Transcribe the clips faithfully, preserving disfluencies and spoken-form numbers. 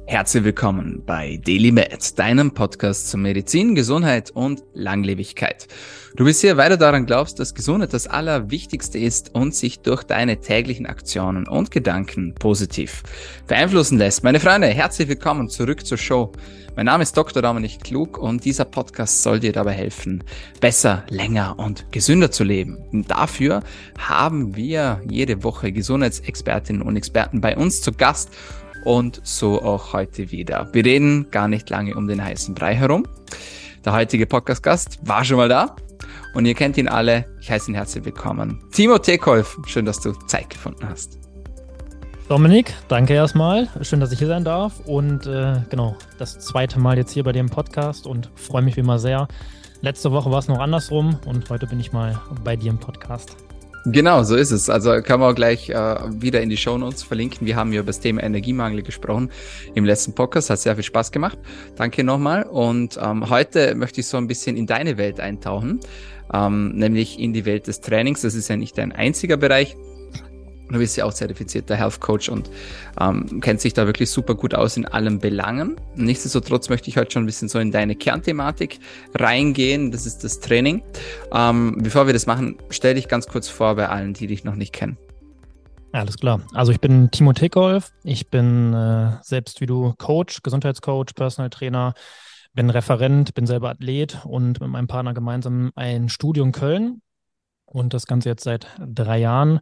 Herzlich willkommen bei DailyMed, deinem Podcast zu Medizin, Gesundheit und Langlebigkeit. Du bist hier, weil du daran glaubst, dass Gesundheit das Allerwichtigste ist und sich durch deine täglichen Aktionen und Gedanken positiv beeinflussen lässt. Meine Freunde, herzlich willkommen zurück zur Show. Mein Name ist Doktor Dominik Klug und dieser Podcast soll dir dabei helfen, besser, länger und gesünder zu leben. Und dafür haben wir jede Woche Gesundheitsexpertinnen und Experten bei uns zu Gast. Und so auch heute wieder. Wir reden gar nicht lange um den heißen Brei herum. Der heutige Podcast-Gast war schon mal da und ihr kennt ihn alle. Ich heiße ihn herzlich willkommen. Timo Tekolf, schön, dass du Zeit gefunden hast. Dominik, danke erstmal. Schön, dass ich hier sein darf und äh, genau, das zweite Mal jetzt hier bei dem Podcast und freue mich wie immer sehr. Letzte Woche war es noch andersrum und heute bin ich mal bei dir im Podcast. Genau, so ist es. Also kann man auch gleich äh, wieder in die Shownotes verlinken. Wir haben ja über das Thema Energiemangel gesprochen im letzten Podcast. Hat sehr viel Spaß gemacht. Danke nochmal. Und ähm, heute möchte ich so ein bisschen in deine Welt eintauchen, ähm, nämlich in die Welt des Trainings. Das ist ja nicht dein einziger Bereich. Du bist ja auch zertifizierter Health Coach und ähm, kennt sich da wirklich super gut aus in allen Belangen. Nichtsdestotrotz möchte ich heute schon ein bisschen so in deine Kernthematik reingehen. Das ist das Training. Ähm, bevor wir das machen, stell dich ganz kurz vor bei allen, die dich noch nicht kennen. Alles klar. Also ich bin Timo Tekolf. Ich bin äh, selbst wie du Coach, Gesundheitscoach, Personal Trainer, bin Referent, bin selber Athlet und mit meinem Partner gemeinsam ein Studio in Köln und das Ganze jetzt seit drei Jahren.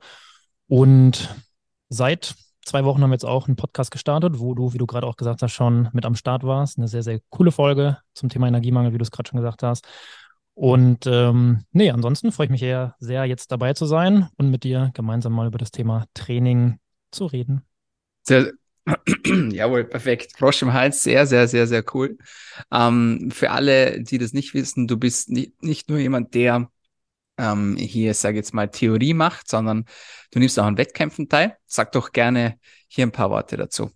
Und seit zwei Wochen haben wir jetzt auch einen Podcast gestartet, wo du, wie du gerade auch gesagt hast, schon mit am Start warst. Eine sehr, sehr coole Folge zum Thema Energiemangel, wie du es gerade schon gesagt hast. Und ähm, nee, ansonsten freue ich mich eher sehr, jetzt dabei zu sein und mit dir gemeinsam mal über das Thema Training zu reden. Sehr, jawohl, perfekt. Frosch im Hals, sehr, sehr, sehr, sehr cool. Ähm, für alle, die das nicht wissen, du bist nicht, nicht nur jemand, der ähm, hier, sage ich jetzt mal, Theorie macht, sondern du nimmst auch an Wettkämpfen teil. Sag doch gerne hier ein paar Worte dazu.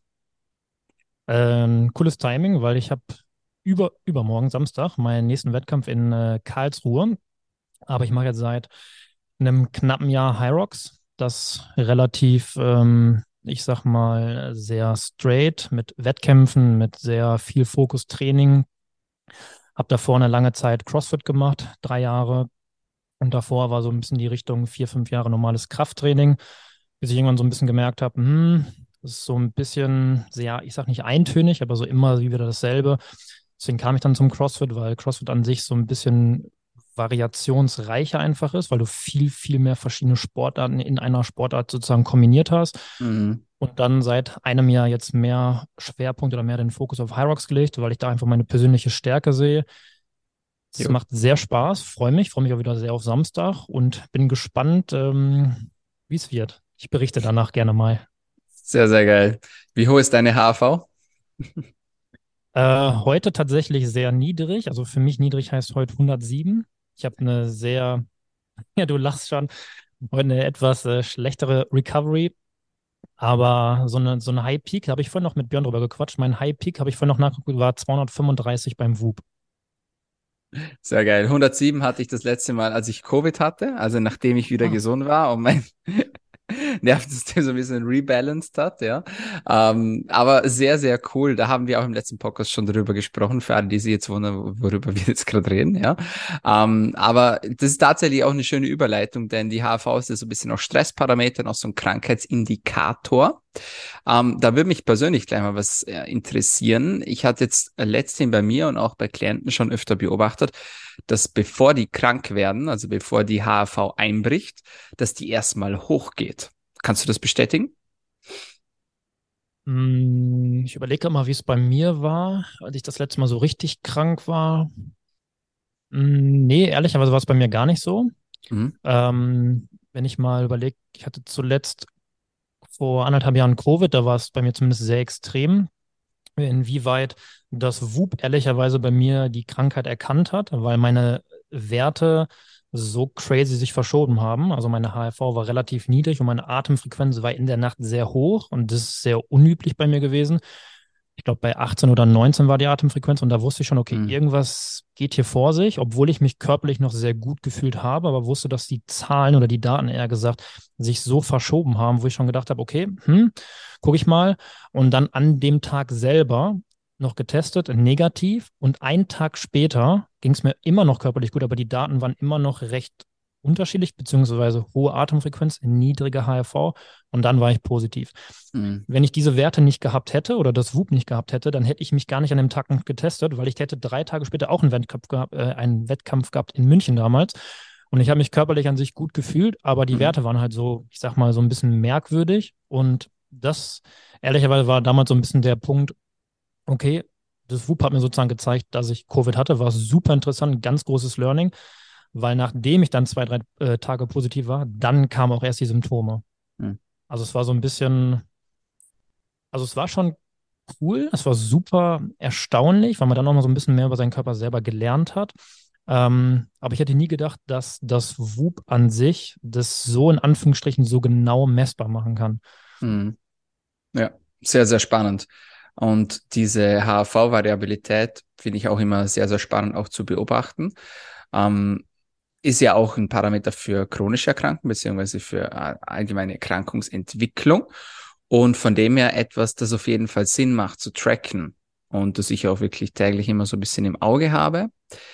Ähm, cooles Timing, weil ich habe über, übermorgen Samstag meinen nächsten Wettkampf in äh, Karlsruhe. Aber ich mache jetzt seit einem knappen Jahr Hyrox, das relativ, ähm, ich sag mal, sehr straight mit Wettkämpfen, mit sehr viel Fokus-Training. Habe davor eine lange Zeit CrossFit gemacht, drei Jahre. Und davor war so ein bisschen die Richtung vier, fünf Jahre normales Krafttraining, bis ich irgendwann so ein bisschen gemerkt habe, hm, das ist so ein bisschen sehr, ich sag nicht eintönig, aber so immer wieder dasselbe. Deswegen kam ich dann zum CrossFit, weil CrossFit an sich so ein bisschen variationsreicher einfach ist, weil du viel, viel mehr verschiedene Sportarten in einer Sportart sozusagen kombiniert hast. Mhm. Und dann seit einem Jahr jetzt mehr Schwerpunkt oder mehr den Fokus auf Hyrox gelegt, weil ich da einfach meine persönliche Stärke sehe. Es Jo. macht sehr Spaß, freue mich, freue mich auch wieder sehr auf Samstag und bin gespannt, ähm, wie es wird. Ich berichte danach gerne mal. Sehr, sehr geil. Wie hoch ist deine H A V? Äh, heute tatsächlich sehr niedrig, also für mich niedrig heißt heute hundertsieben. Ich habe eine sehr, ja, du lachst schon, heute eine etwas äh, schlechtere Recovery, aber so eine, so eine High Peak, da habe ich vorhin noch mit Björn drüber gequatscht. Mein High Peak, habe ich vorhin noch nachgeguckt, war zweihundertfünfunddreißig beim W U B. Sehr geil. hundertsieben hatte ich das letzte Mal, als ich Covid hatte, also nachdem ich wieder Ah. gesund war und mein Nervensystem so ein bisschen rebalanced hat, ja. Ähm, aber sehr, sehr cool. Da haben wir auch im letzten Podcast schon drüber gesprochen, für alle, die sich jetzt wundern, worüber wir jetzt gerade reden, ja. Ähm, aber das ist tatsächlich auch eine schöne Überleitung, denn die H A V ist ja so ein bisschen auch Stressparameter, auch so ein Krankheitsindikator. Ähm, da würde mich persönlich gleich mal was äh, interessieren. Ich hatte jetzt äh, letztens bei mir und auch bei Klienten schon öfter beobachtet, dass bevor die krank werden, also bevor die H A V einbricht, dass die erstmal hochgeht. Kannst du das bestätigen? Mm, Ich überlege mal, wie es bei mir war, als ich das letzte Mal so richtig krank war. Mm, Nee, ehrlicherweise war es bei mir gar nicht so. Mhm. Ähm, wenn ich mal überlege, ich hatte zuletzt vor anderthalb Jahren Covid, da war es bei mir zumindest sehr extrem, inwieweit das W U B ehrlicherweise bei mir die Krankheit erkannt hat, weil meine Werte so crazy sich verschoben haben. Also meine H R V war relativ niedrig und meine Atemfrequenz war in der Nacht sehr hoch und das ist sehr unüblich bei mir gewesen. Ich glaube, bei achtzehn oder neunzehn war die Atemfrequenz und da wusste ich schon, okay, Mhm. irgendwas geht hier vor sich, obwohl ich mich körperlich noch sehr gut gefühlt habe, aber wusste, dass die Zahlen oder die Daten eher gesagt sich so verschoben haben, wo ich schon gedacht habe, okay, hm, gucke ich mal. Und dann an dem Tag selber noch getestet, negativ. Und einen Tag später ging es mir immer noch körperlich gut, aber die Daten waren immer noch recht unterschiedlich, beziehungsweise hohe Atemfrequenz, niedrige H R V und dann war ich positiv. Mhm. Wenn ich diese Werte nicht gehabt hätte oder das Whoop nicht gehabt hätte, dann hätte ich mich gar nicht an dem Tag noch getestet, weil ich hätte drei Tage später auch einen Wettkampf gehabt, äh, einen Wettkampf gehabt in München damals. Und ich habe mich körperlich an sich gut gefühlt, aber die Mhm. Werte waren halt so, ich sag mal, so ein bisschen merkwürdig. Und das, ehrlicherweise, war damals so ein bisschen der Punkt, okay, das Whoop hat mir sozusagen gezeigt, dass ich Covid hatte, war super interessant, ein ganz großes Learning, weil nachdem ich dann zwei, drei äh, Tage positiv war, dann kamen auch erst die Symptome. Mhm. Also es war so ein bisschen, also es war schon cool, es war super erstaunlich, weil man dann auch mal so ein bisschen mehr über seinen Körper selber gelernt hat. Ähm, aber ich hätte nie gedacht, dass das Whoop an sich das so in Anführungsstrichen so genau messbar machen kann. Mhm. Ja, sehr, sehr spannend. Und diese H R V-Variabilität finde ich auch immer sehr, sehr spannend auch zu beobachten. Ähm, ist ja auch ein Parameter für chronische Erkrankungen beziehungsweise für äh, allgemeine Erkrankungsentwicklung. Und von dem her etwas, das auf jeden Fall Sinn macht zu tracken und das ich auch wirklich täglich immer so ein bisschen im Auge habe.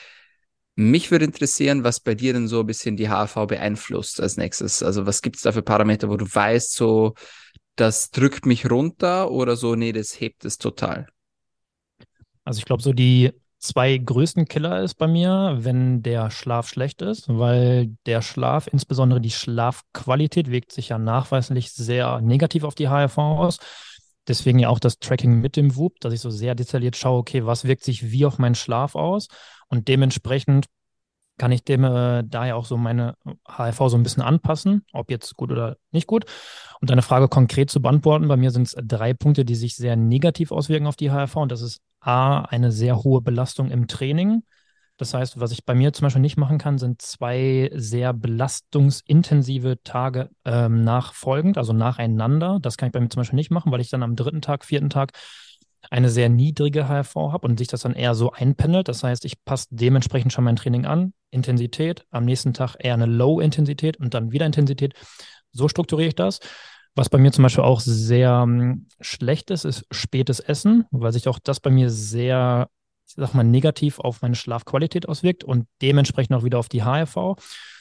Mich würde interessieren, was bei dir denn so ein bisschen die H R V beeinflusst als nächstes. Also was gibt es da für Parameter, wo du weißt, so, das drückt mich runter oder so, nee, das hebt es total. Also ich glaube, so die zwei größten Killer ist bei mir, wenn der Schlaf schlecht ist, weil der Schlaf, insbesondere die Schlafqualität, wirkt sich ja nachweislich sehr negativ auf die H R V aus. Deswegen ja auch das Tracking mit dem Whoop, dass ich so sehr detailliert schaue, okay, was wirkt sich wie auf meinen Schlaf aus? Und dementsprechend kann ich dem äh, daher auch so meine H R V so ein bisschen anpassen, ob jetzt gut oder nicht gut. Und deine Frage konkret zu beantworten, bei mir sind es drei Punkte, die sich sehr negativ auswirken auf die H R V. Und das ist A, eine sehr hohe Belastung im Training. Das heißt, was ich bei mir zum Beispiel nicht machen kann, sind zwei sehr belastungsintensive Tage ähm, nachfolgend, also nacheinander. Das kann ich bei mir zum Beispiel nicht machen, weil ich dann am dritten Tag, vierten Tag eine sehr niedrige H R V habe und sich das dann eher so einpendelt. Das heißt, ich passe dementsprechend schon mein Training an, Intensität, am nächsten Tag eher eine Low-Intensität und dann wieder Intensität. So strukturiere ich das. Was bei mir zum Beispiel auch sehr ähm, schlecht ist, ist spätes Essen, weil sich auch das bei mir sehr, ich sag mal, negativ auf meine Schlafqualität auswirkt und dementsprechend auch wieder auf die H R V.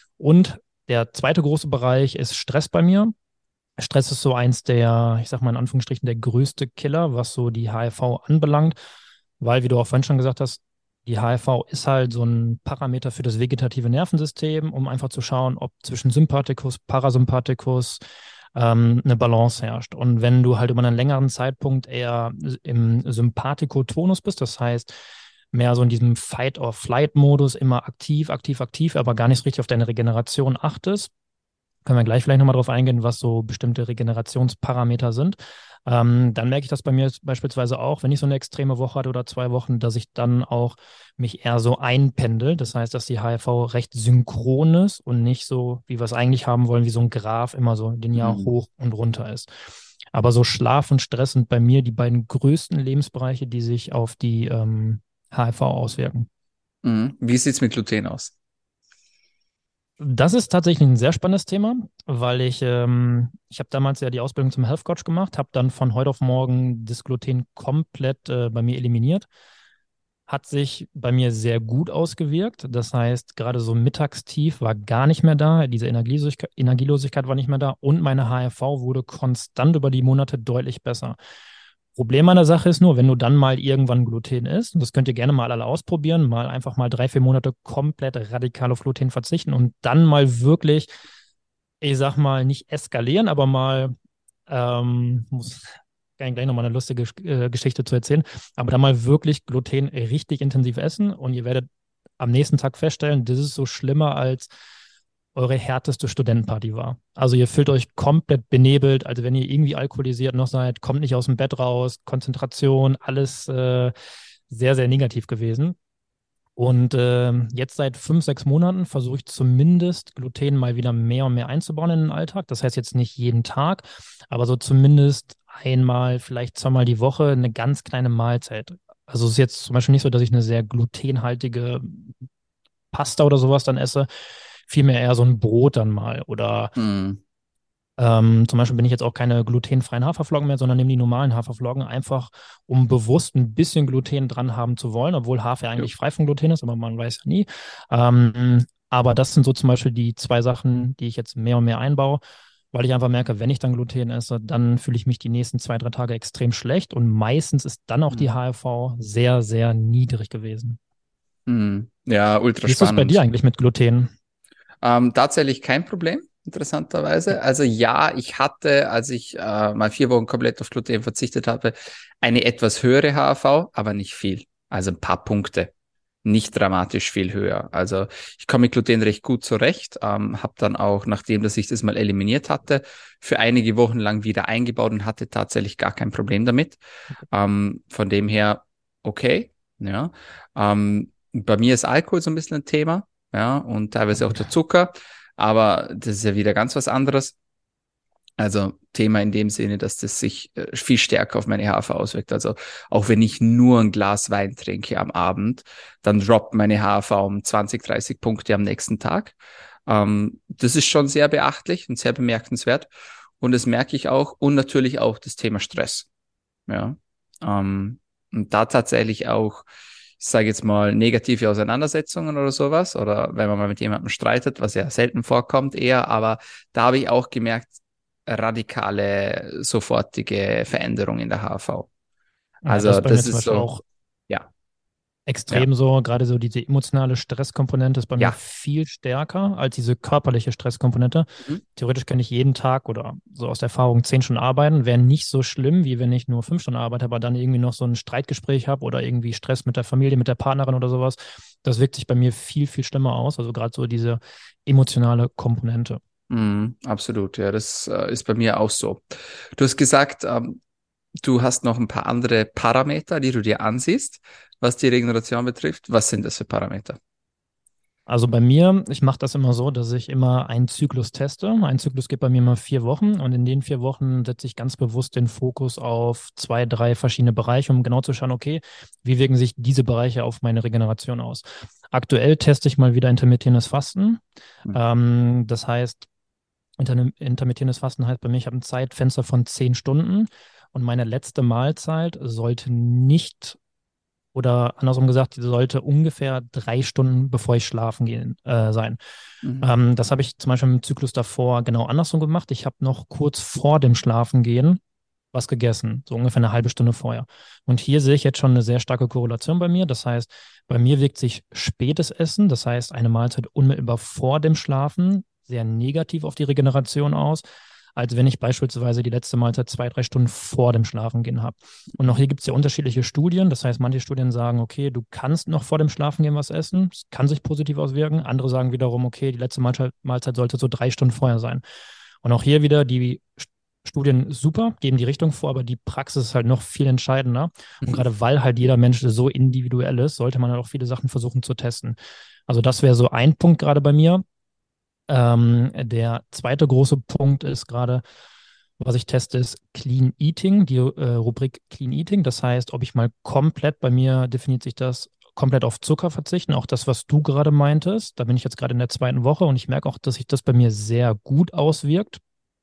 Und der zweite große Bereich ist Stress bei mir. Stress ist so eins der, ich sag mal in Anführungsstrichen, der größte Killer, was so die H R V anbelangt, weil, wie du auch vorhin schon gesagt hast, die H R V ist halt so ein Parameter für das vegetative Nervensystem, um einfach zu schauen, ob zwischen Sympathikus, Parasympathikus ähm, eine Balance herrscht. Und wenn du halt über einen längeren Zeitpunkt eher im Sympathikotonus bist, das heißt, mehr so in diesem Fight-or-Flight-Modus, immer aktiv, aktiv, aktiv, aber gar nicht so richtig auf deine Regeneration achtest, können wir gleich vielleicht nochmal drauf eingehen, was so bestimmte Regenerationsparameter sind. Ähm, dann merke ich das bei mir beispielsweise auch, wenn ich so eine extreme Woche hatte oder zwei Wochen, dass ich dann auch mich eher so einpendel. Das heißt, dass die H R V recht synchron ist und nicht so, wie wir es eigentlich haben wollen, wie so ein Graph immer so linear Mhm. hoch und runter ist. Aber so Schlaf und Stress sind bei mir die beiden größten Lebensbereiche, die sich auf die ähm, H R V auswirken. Mhm. Wie sieht's mit Gluten aus? Das ist tatsächlich ein sehr spannendes Thema, weil ich, ähm, ich habe damals ja die Ausbildung zum Health Coach gemacht, habe dann von heute auf morgen das Gluten komplett äh, bei mir eliminiert. Hat sich bei mir sehr gut ausgewirkt. Das heißt, gerade so Mittagstief war gar nicht mehr da, diese Energielosigkeit, Energielosigkeit war nicht mehr da und meine H R V wurde konstant über die Monate deutlich besser. Problem an der Sache ist nur, wenn du dann mal irgendwann Gluten isst, und das könnt ihr gerne mal alle ausprobieren, mal einfach mal drei, vier Monate komplett radikal auf Gluten verzichten und dann mal wirklich, ich sag mal, nicht eskalieren, aber mal, ähm, muss kann ich gleich nochmal eine lustige äh, Geschichte zu erzählen, aber dann mal wirklich Gluten richtig intensiv essen und ihr werdet am nächsten Tag feststellen, das ist so schlimmer als eure härteste Studentenparty war. Also ihr fühlt euch komplett benebelt, also wenn ihr irgendwie alkoholisiert noch seid, kommt nicht aus dem Bett raus, Konzentration, alles äh, sehr, sehr negativ gewesen. Und äh, jetzt seit fünf, sechs Monaten versuche ich zumindest Gluten mal wieder mehr und mehr einzubauen in den Alltag. Das heißt jetzt nicht jeden Tag, aber so zumindest einmal, vielleicht zweimal die Woche eine ganz kleine Mahlzeit. Also es ist jetzt zum Beispiel nicht so, dass ich eine sehr glutenhaltige Pasta oder sowas dann esse, vielmehr eher so ein Brot dann mal. Oder Mhm. ähm, zum Beispiel bin ich jetzt auch keine glutenfreien Haferflocken mehr, sondern nehme die normalen Haferflocken einfach, um bewusst ein bisschen Gluten dran haben zu wollen, obwohl Hafer ja Jo. eigentlich frei von Gluten ist, aber man weiß ja nie. Ähm, aber das sind so zum Beispiel die zwei Sachen, die ich jetzt mehr und mehr einbaue, weil ich einfach merke, wenn ich dann Gluten esse, dann fühle ich mich die nächsten zwei, drei Tage extrem schlecht und meistens ist dann auch die Mhm. H R V sehr, sehr niedrig gewesen. Mhm. Ja, ultra Wie ist es bei dir spannend. eigentlich mit Gluten? Ähm, tatsächlich kein Problem, interessanterweise. Also ja, ich hatte, als ich äh, mal vier Wochen komplett auf Gluten verzichtet habe, eine etwas höhere H A V, aber nicht viel. Also ein paar Punkte. Nicht dramatisch viel höher. Also ich komme mit Gluten recht gut zurecht, ähm, habe dann auch, nachdem dass ich das mal eliminiert hatte, für einige Wochen lang wieder eingebaut und hatte tatsächlich gar kein Problem damit. Ähm, von dem her okay. Ja. Ähm, bei mir ist Alkohol so ein bisschen ein Thema, ja, und Oh teilweise auch gut. der Zucker, aber das ist ja wieder ganz was anderes. Also Thema in dem Sinne, dass das sich äh, viel stärker auf meine H A V auswirkt. Also auch wenn ich nur ein Glas Wein trinke am Abend, dann droppt meine H A V um zwanzig, dreißig Punkte am nächsten Tag. Ähm, das ist schon sehr beachtlich und sehr bemerkenswert. Und das merke ich auch. Und natürlich auch das Thema Stress. Ja. Ähm, und da tatsächlich auch, ich sage jetzt mal, negative Auseinandersetzungen oder sowas, oder wenn man mal mit jemandem streitet, was ja selten vorkommt eher, aber da habe ich auch gemerkt, radikale, sofortige Veränderung in der H A V. Ja, das Also ist bei mir das zum ist Beispiel so, auch ja, ja, extrem so. Gerade so diese emotionale Stresskomponente ist bei mir ja. viel stärker als diese körperliche Stresskomponente. Mhm. Theoretisch kann ich jeden Tag oder so aus der Erfahrung zehn Stunden arbeiten. Wäre nicht so schlimm, wie wenn ich nur fünf Stunden arbeite, aber dann irgendwie noch so ein Streitgespräch habe oder irgendwie Stress mit der Familie, mit der Partnerin oder sowas. Das wirkt sich bei mir viel, viel schlimmer aus. Also gerade so diese emotionale Komponente. Mhm, absolut, ja, das äh, ist bei mir auch so. Du hast gesagt, ähm, du hast noch ein paar andere Parameter, die du dir ansiehst, was die Regeneration betrifft. Was sind das für Parameter? Also bei mir, ich mache das immer so, dass ich immer einen Zyklus teste. Ein Zyklus geht bei mir immer vier Wochen und in den vier Wochen setze ich ganz bewusst den Fokus auf zwei, drei verschiedene Bereiche, um genau zu schauen, okay, wie wirken sich diese Bereiche auf meine Regeneration aus. Aktuell teste ich mal wieder intermittierendes Fasten. Mhm. Ähm, das heißt, inter intermittierendes Fasten heißt bei mir, ich habe ein Zeitfenster von zehn Stunden und meine letzte Mahlzeit sollte nicht oder andersrum gesagt, die sollte ungefähr drei Stunden bevor ich schlafen gehen äh, sein. Mhm. Ähm, das habe ich zum Beispiel im Zyklus davor genau andersrum gemacht. Ich habe noch kurz vor dem Schlafengehen was gegessen, so ungefähr eine halbe Stunde vorher. Und hier sehe ich jetzt schon eine sehr starke Korrelation bei mir. Das heißt, bei mir wirkt sich spätes Essen, das heißt eine Mahlzeit unmittelbar vor dem Schlafen, sehr negativ auf die Regeneration aus, als wenn ich beispielsweise die letzte Mahlzeit zwei, drei Stunden vor dem Schlafengehen habe. Und auch hier gibt es ja unterschiedliche Studien. Das heißt, manche Studien sagen, okay, du kannst noch vor dem Schlafengehen was essen. Es kann sich positiv auswirken. Andere sagen wiederum, okay, die letzte Mahlzeit, Mahlzeit sollte so drei Stunden vorher sein. Und auch hier wieder die Studien super, geben die Richtung vor, aber die Praxis ist halt noch viel entscheidender. Und Mhm. gerade weil halt jeder Mensch so individuell ist, sollte man halt auch viele Sachen versuchen zu testen. Also das wäre so ein Punkt gerade bei mir. Ähm, der zweite große Punkt ist gerade, was ich teste, ist Clean Eating, die äh, Rubrik Clean Eating. Das heißt, ob ich mal komplett, bei mir definiert sich das, komplett auf Zucker verzichten. Auch das, was du gerade meintest. Da bin ich jetzt gerade in der zweiten Woche und ich merke auch, dass sich das bei mir sehr gut auswirkt,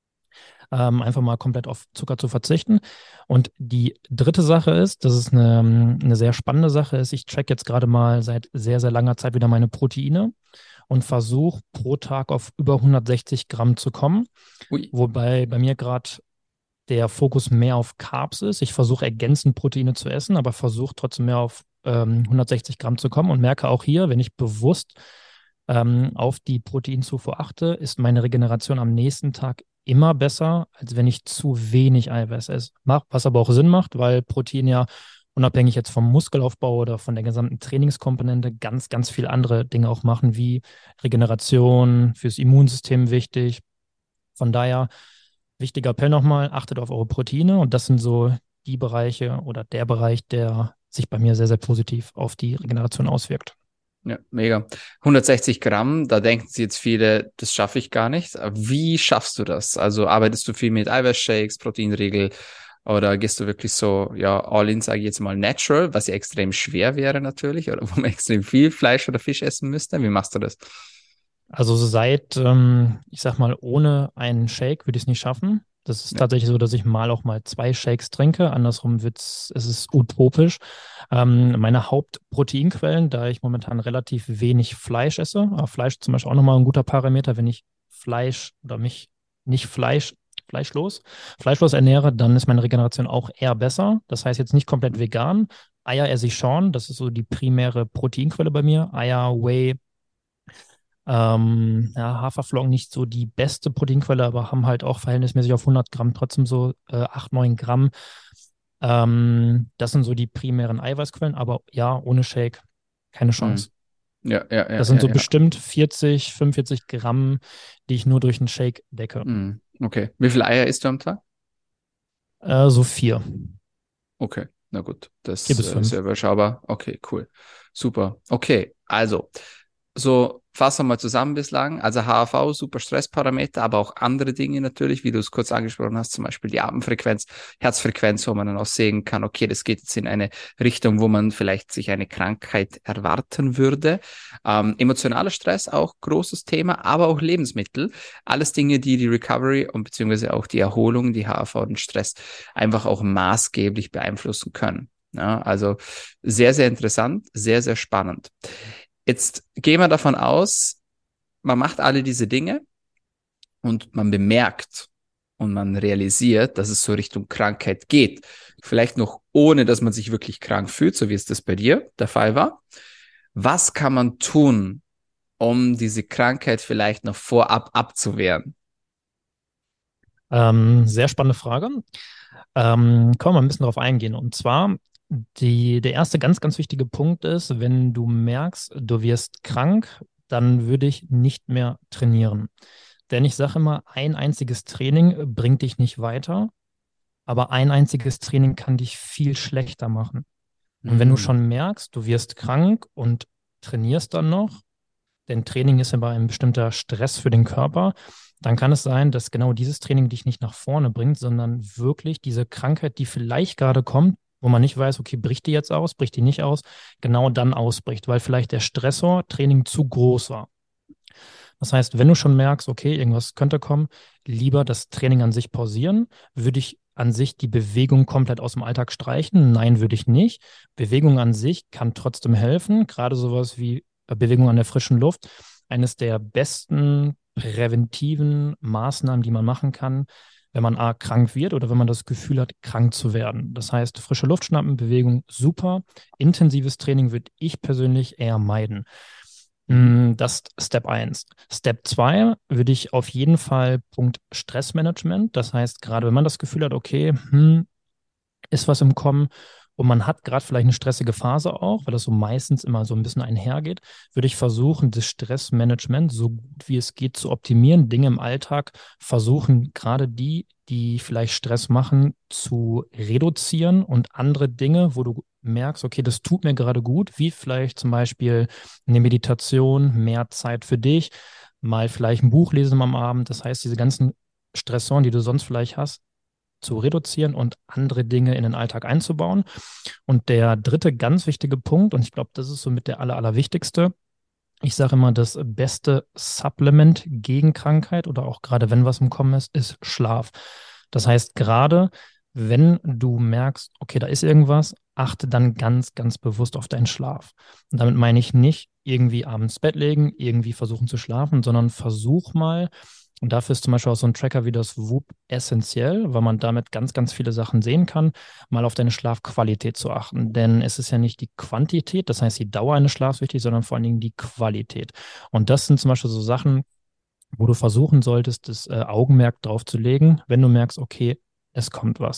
ähm, einfach mal komplett auf Zucker zu verzichten. Und die dritte Sache ist, das ist eine, eine sehr spannende Sache, ist, ich track jetzt gerade mal seit sehr, sehr langer Zeit wieder meine Proteine und versuche pro Tag auf über hundertsechzig Gramm zu kommen, Ui. wobei bei mir gerade der Fokus mehr auf Carbs ist. Ich versuche ergänzend Proteine zu essen, aber versuche trotzdem mehr auf ähm, hundertsechzig Gramm zu kommen und merke auch hier, wenn ich bewusst ähm, auf die Proteinzufuhr achte, ist meine Regeneration am nächsten Tag immer besser, als wenn ich zu wenig Eiweiß esse. Mach, was aber auch Sinn macht, weil Protein ja unabhängig jetzt vom Muskelaufbau oder von der gesamten Trainingskomponente ganz, ganz viele andere Dinge auch machen, wie Regeneration, fürs Immunsystem wichtig. Von daher, wichtiger Appell nochmal, achtet auf eure Proteine und das sind so die Bereiche oder der Bereich, der sich bei mir sehr, sehr positiv auf die Regeneration auswirkt. Ja, mega. hundertsechzig Gramm, da denken sich jetzt viele, das schaffe ich gar nicht. Wie schaffst du das? Also arbeitest du viel mit Eiweißshakes, Proteinriegel? Oder gehst du wirklich so, ja, all in, sage ich jetzt mal, natural, was ja extrem schwer wäre natürlich, oder wo man extrem viel Fleisch oder Fisch essen müsste? Wie machst du das? Also seit, ähm, ich sag mal, ohne einen Shake würde ich es nicht schaffen. Das ist Ja. tatsächlich so, dass ich mal auch mal zwei Shakes trinke. Andersrum wird's, es ist utopisch. Ähm, meine Hauptproteinquellen, da ich momentan relativ wenig Fleisch esse, aber Fleisch zum Beispiel auch nochmal ein guter Parameter, wenn ich Fleisch oder mich nicht Fleisch, fleischlos, fleischlos ernähre, dann ist meine Regeneration auch eher besser. Das heißt jetzt nicht komplett vegan. Eier esse ich schon, das ist so die primäre Proteinquelle bei mir. Eier, Whey, ähm, ja, Haferflocken nicht so die beste Proteinquelle, aber haben halt auch verhältnismäßig auf hundert Gramm trotzdem so äh, acht, neun Gramm. Ähm, das sind so die primären Eiweißquellen, aber ja, ohne Shake keine Hm. Chance. Ja, ja, ja, Das sind ja, so ja. bestimmt vierzig, fünfundvierzig Gramm, die ich nur durch einen Shake decke. Hm. Okay. Wie viele Eier isst du am Tag? Äh, so vier, Okay, na gut, vier das bis äh, ist ja fünf. überschaubar. Okay, cool. Super. Okay, also, so fassen wir mal zusammen bislang. Also H R V, super Stressparameter, aber auch andere Dinge natürlich, wie du es kurz angesprochen hast, zum Beispiel die Atemfrequenz, Herzfrequenz, wo man dann auch sehen kann, okay, das geht jetzt in eine Richtung, wo man vielleicht sich eine Krankheit erwarten würde. Ähm, emotionaler Stress, auch großes Thema, aber auch Lebensmittel. Alles Dinge, die die Recovery und beziehungsweise auch die Erholung, die H R V, den Stress einfach auch maßgeblich beeinflussen können. Ja, also sehr, sehr interessant, sehr, sehr spannend. Jetzt gehen wir davon aus, man macht alle diese Dinge und man bemerkt und man realisiert, dass es so Richtung Krankheit geht. Vielleicht noch ohne, dass man sich wirklich krank fühlt, so wie es das bei dir der Fall war. Was kann man tun, um diese Krankheit vielleicht noch vorab abzuwehren? Ähm, sehr spannende Frage. Ähm, können wir mal ein bisschen darauf eingehen. Und zwar, die, der erste ganz, ganz wichtige Punkt ist, wenn du merkst, du wirst krank, dann würde ich nicht mehr trainieren. Denn ich sage immer, ein einziges Training bringt dich nicht weiter, aber ein einziges Training kann dich viel schlechter machen. Und wenn du Hm. schon merkst, du wirst krank und trainierst dann noch, denn Training ist immer ein bestimmter Stress für den Körper, dann kann es sein, dass genau dieses Training dich nicht nach vorne bringt, sondern wirklich diese Krankheit, die vielleicht gerade kommt, wo man nicht weiß, okay, bricht die jetzt aus, bricht die nicht aus, genau dann ausbricht, weil vielleicht der Stressor Training zu groß war. Das heißt, wenn du schon merkst, okay, irgendwas könnte kommen, lieber das Training an sich pausieren. Würde ich an sich die Bewegung komplett aus dem Alltag streichen? Nein, würde ich nicht. Bewegung an sich kann trotzdem helfen, gerade sowas wie äh, Bewegung an der frischen Luft. Eines der besten präventiven Maßnahmen, die man machen kann, wenn man A, krank wird oder wenn man das Gefühl hat, krank zu werden. Das heißt, frische Luft schnappen, Bewegung super. Intensives Training würde ich persönlich eher meiden. Mhm. Mm, Das ist Step eins. Step zwei würde ich auf jeden Fall Punkt Stressmanagement. Das heißt, gerade wenn man das Gefühl hat, okay, hm, ist was im Kommen und man hat gerade vielleicht eine stressige Phase auch, weil das so meistens immer so ein bisschen einhergeht, würde ich versuchen, das Stressmanagement so gut wie es geht zu optimieren, Dinge im Alltag versuchen, gerade die, die vielleicht Stress machen, zu reduzieren und andere Dinge, wo du merkst, okay, das tut mir gerade gut, wie vielleicht zum Beispiel eine Meditation, mehr Zeit für dich, mal vielleicht ein Buch lesen am Abend. Das heißt, diese ganzen Stressoren, die du sonst vielleicht hast, zu reduzieren und andere Dinge in den Alltag einzubauen. Und der dritte ganz wichtige Punkt, und ich glaube, das ist somit der aller, allerwichtigste, ich sage immer, das beste Supplement gegen Krankheit oder auch gerade wenn was im Kommen ist, ist Schlaf. Das heißt, gerade wenn du merkst, okay, da ist irgendwas, achte dann ganz, ganz bewusst auf deinen Schlaf. Und damit meine ich nicht irgendwie abends ins Bett legen, irgendwie versuchen zu schlafen, sondern versuch mal, und dafür ist zum Beispiel auch so ein Tracker wie das Whoop essentiell, weil man damit ganz, ganz viele Sachen sehen kann, mal auf deine Schlafqualität zu achten. Denn es ist ja nicht die Quantität, das heißt die Dauer eines Schlafs wichtig, sondern vor allen Dingen die Qualität. Und das sind zum Beispiel so Sachen, wo du versuchen solltest, das äh, Augenmerk drauf zu legen, wenn du merkst, okay, es kommt was.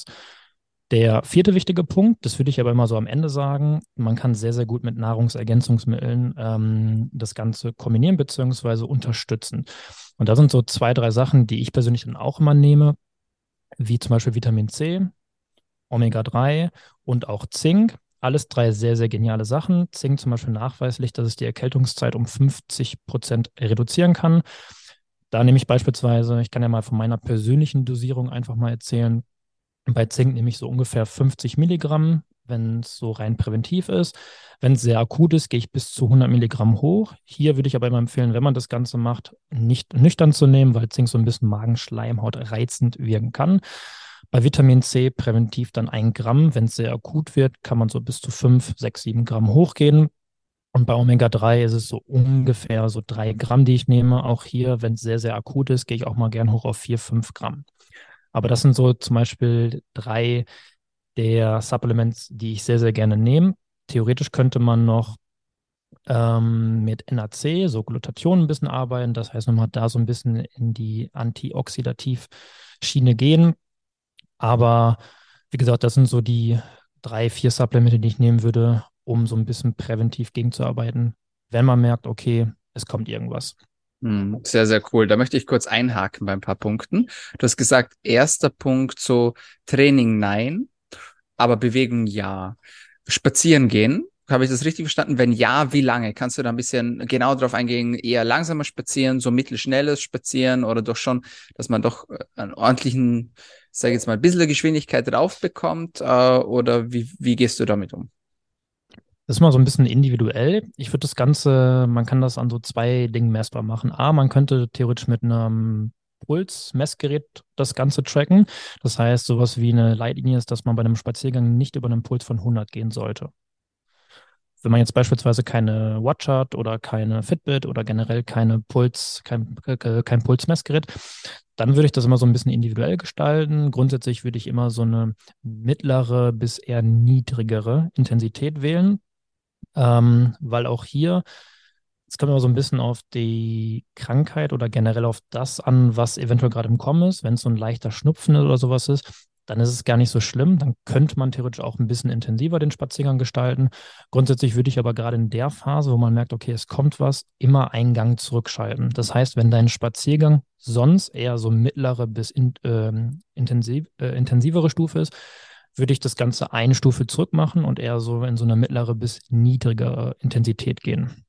Der vierte wichtige Punkt, das würde ich aber immer so am Ende sagen, man kann sehr, sehr gut mit Nahrungsergänzungsmitteln ähm, das Ganze kombinieren bzw. unterstützen. Und da sind so zwei, drei Sachen, die ich persönlich dann auch immer nehme, wie zum Beispiel Vitamin C, Omega drei und auch Zink. Alles drei sehr, sehr geniale Sachen. Zink zum Beispiel nachweislich, dass es die Erkältungszeit um fünfzig Prozent reduzieren kann. Da nehme ich beispielsweise, ich kann ja mal von meiner persönlichen Dosierung einfach mal erzählen. Bei Zink nehme ich so ungefähr fünfzig Milligramm, wenn es so rein präventiv ist. Wenn es sehr akut ist, gehe ich bis zu hundert Milligramm hoch. Hier würde ich aber immer empfehlen, wenn man das Ganze macht, nicht nüchtern zu nehmen, weil Zink so ein bisschen Magenschleimhaut reizend wirken kann. Bei Vitamin C präventiv dann ein Gramm. Wenn es sehr akut wird, kann man so bis zu fünf, sechs, sieben Gramm hochgehen. Und bei Omega drei ist es so ungefähr so drei Gramm, die ich nehme. Auch hier, wenn es sehr, sehr akut ist, gehe ich auch mal gern hoch auf vier, fünf Gramm. Aber das sind so zum Beispiel drei der Supplements, die ich sehr, sehr gerne nehme. Theoretisch könnte man noch ähm, mit N A C, so Glutathion ein bisschen arbeiten. Das heißt, man hat da so ein bisschen in die Antioxidativ-Schiene gehen. Aber wie gesagt, das sind so die drei, vier Supplemente, die ich nehmen würde, um so ein bisschen präventiv gegenzuarbeiten, wenn man merkt, okay, es kommt irgendwas. Hm, sehr, sehr cool. Da möchte ich kurz einhaken bei ein paar Punkten. Du hast gesagt, erster Punkt so Training nein, aber Bewegung ja. Spazieren gehen, habe ich das richtig verstanden? Wenn ja, wie lange? Kannst du da ein bisschen genau drauf eingehen? Eher langsamer spazieren, so mittelschnelles Spazieren oder doch schon, dass man doch äh, einen ordentlichen, sage ich jetzt mal, ein bisschen Geschwindigkeit drauf bekommt? Äh, oder wie, wie gehst du damit um? Das ist mal so ein bisschen individuell. Ich würde das Ganze, man kann das an so zwei Dingen messbar machen. A, man könnte theoretisch mit einem Pulsmessgerät das Ganze tracken. Das heißt, sowas wie eine Leitlinie ist, dass man bei einem Spaziergang nicht über einen Puls von hundert gehen sollte. Wenn man jetzt beispielsweise keine Watch hat oder keine Fitbit oder generell keine Puls, kein, äh, kein Pulsmessgerät, dann würde ich das immer so ein bisschen individuell gestalten. Grundsätzlich würde ich immer so eine mittlere bis eher niedrigere Intensität wählen, ähm, weil auch hier, es kommt immer so ein bisschen auf die Krankheit oder generell auf das an, was eventuell gerade im Kommen ist. Wenn es so ein leichter Schnupfen oder sowas ist, dann ist es gar nicht so schlimm. Dann könnte man theoretisch auch ein bisschen intensiver den Spaziergang gestalten. Grundsätzlich würde ich aber gerade in der Phase, wo man merkt, okay, es kommt was, immer einen Gang zurückschalten. Das heißt, wenn dein Spaziergang sonst eher so mittlere bis in, ähm, intensiv, äh, intensivere Stufe ist, würde ich das Ganze eine Stufe zurück machen und eher so in so eine mittlere bis niedrigere Intensität gehen.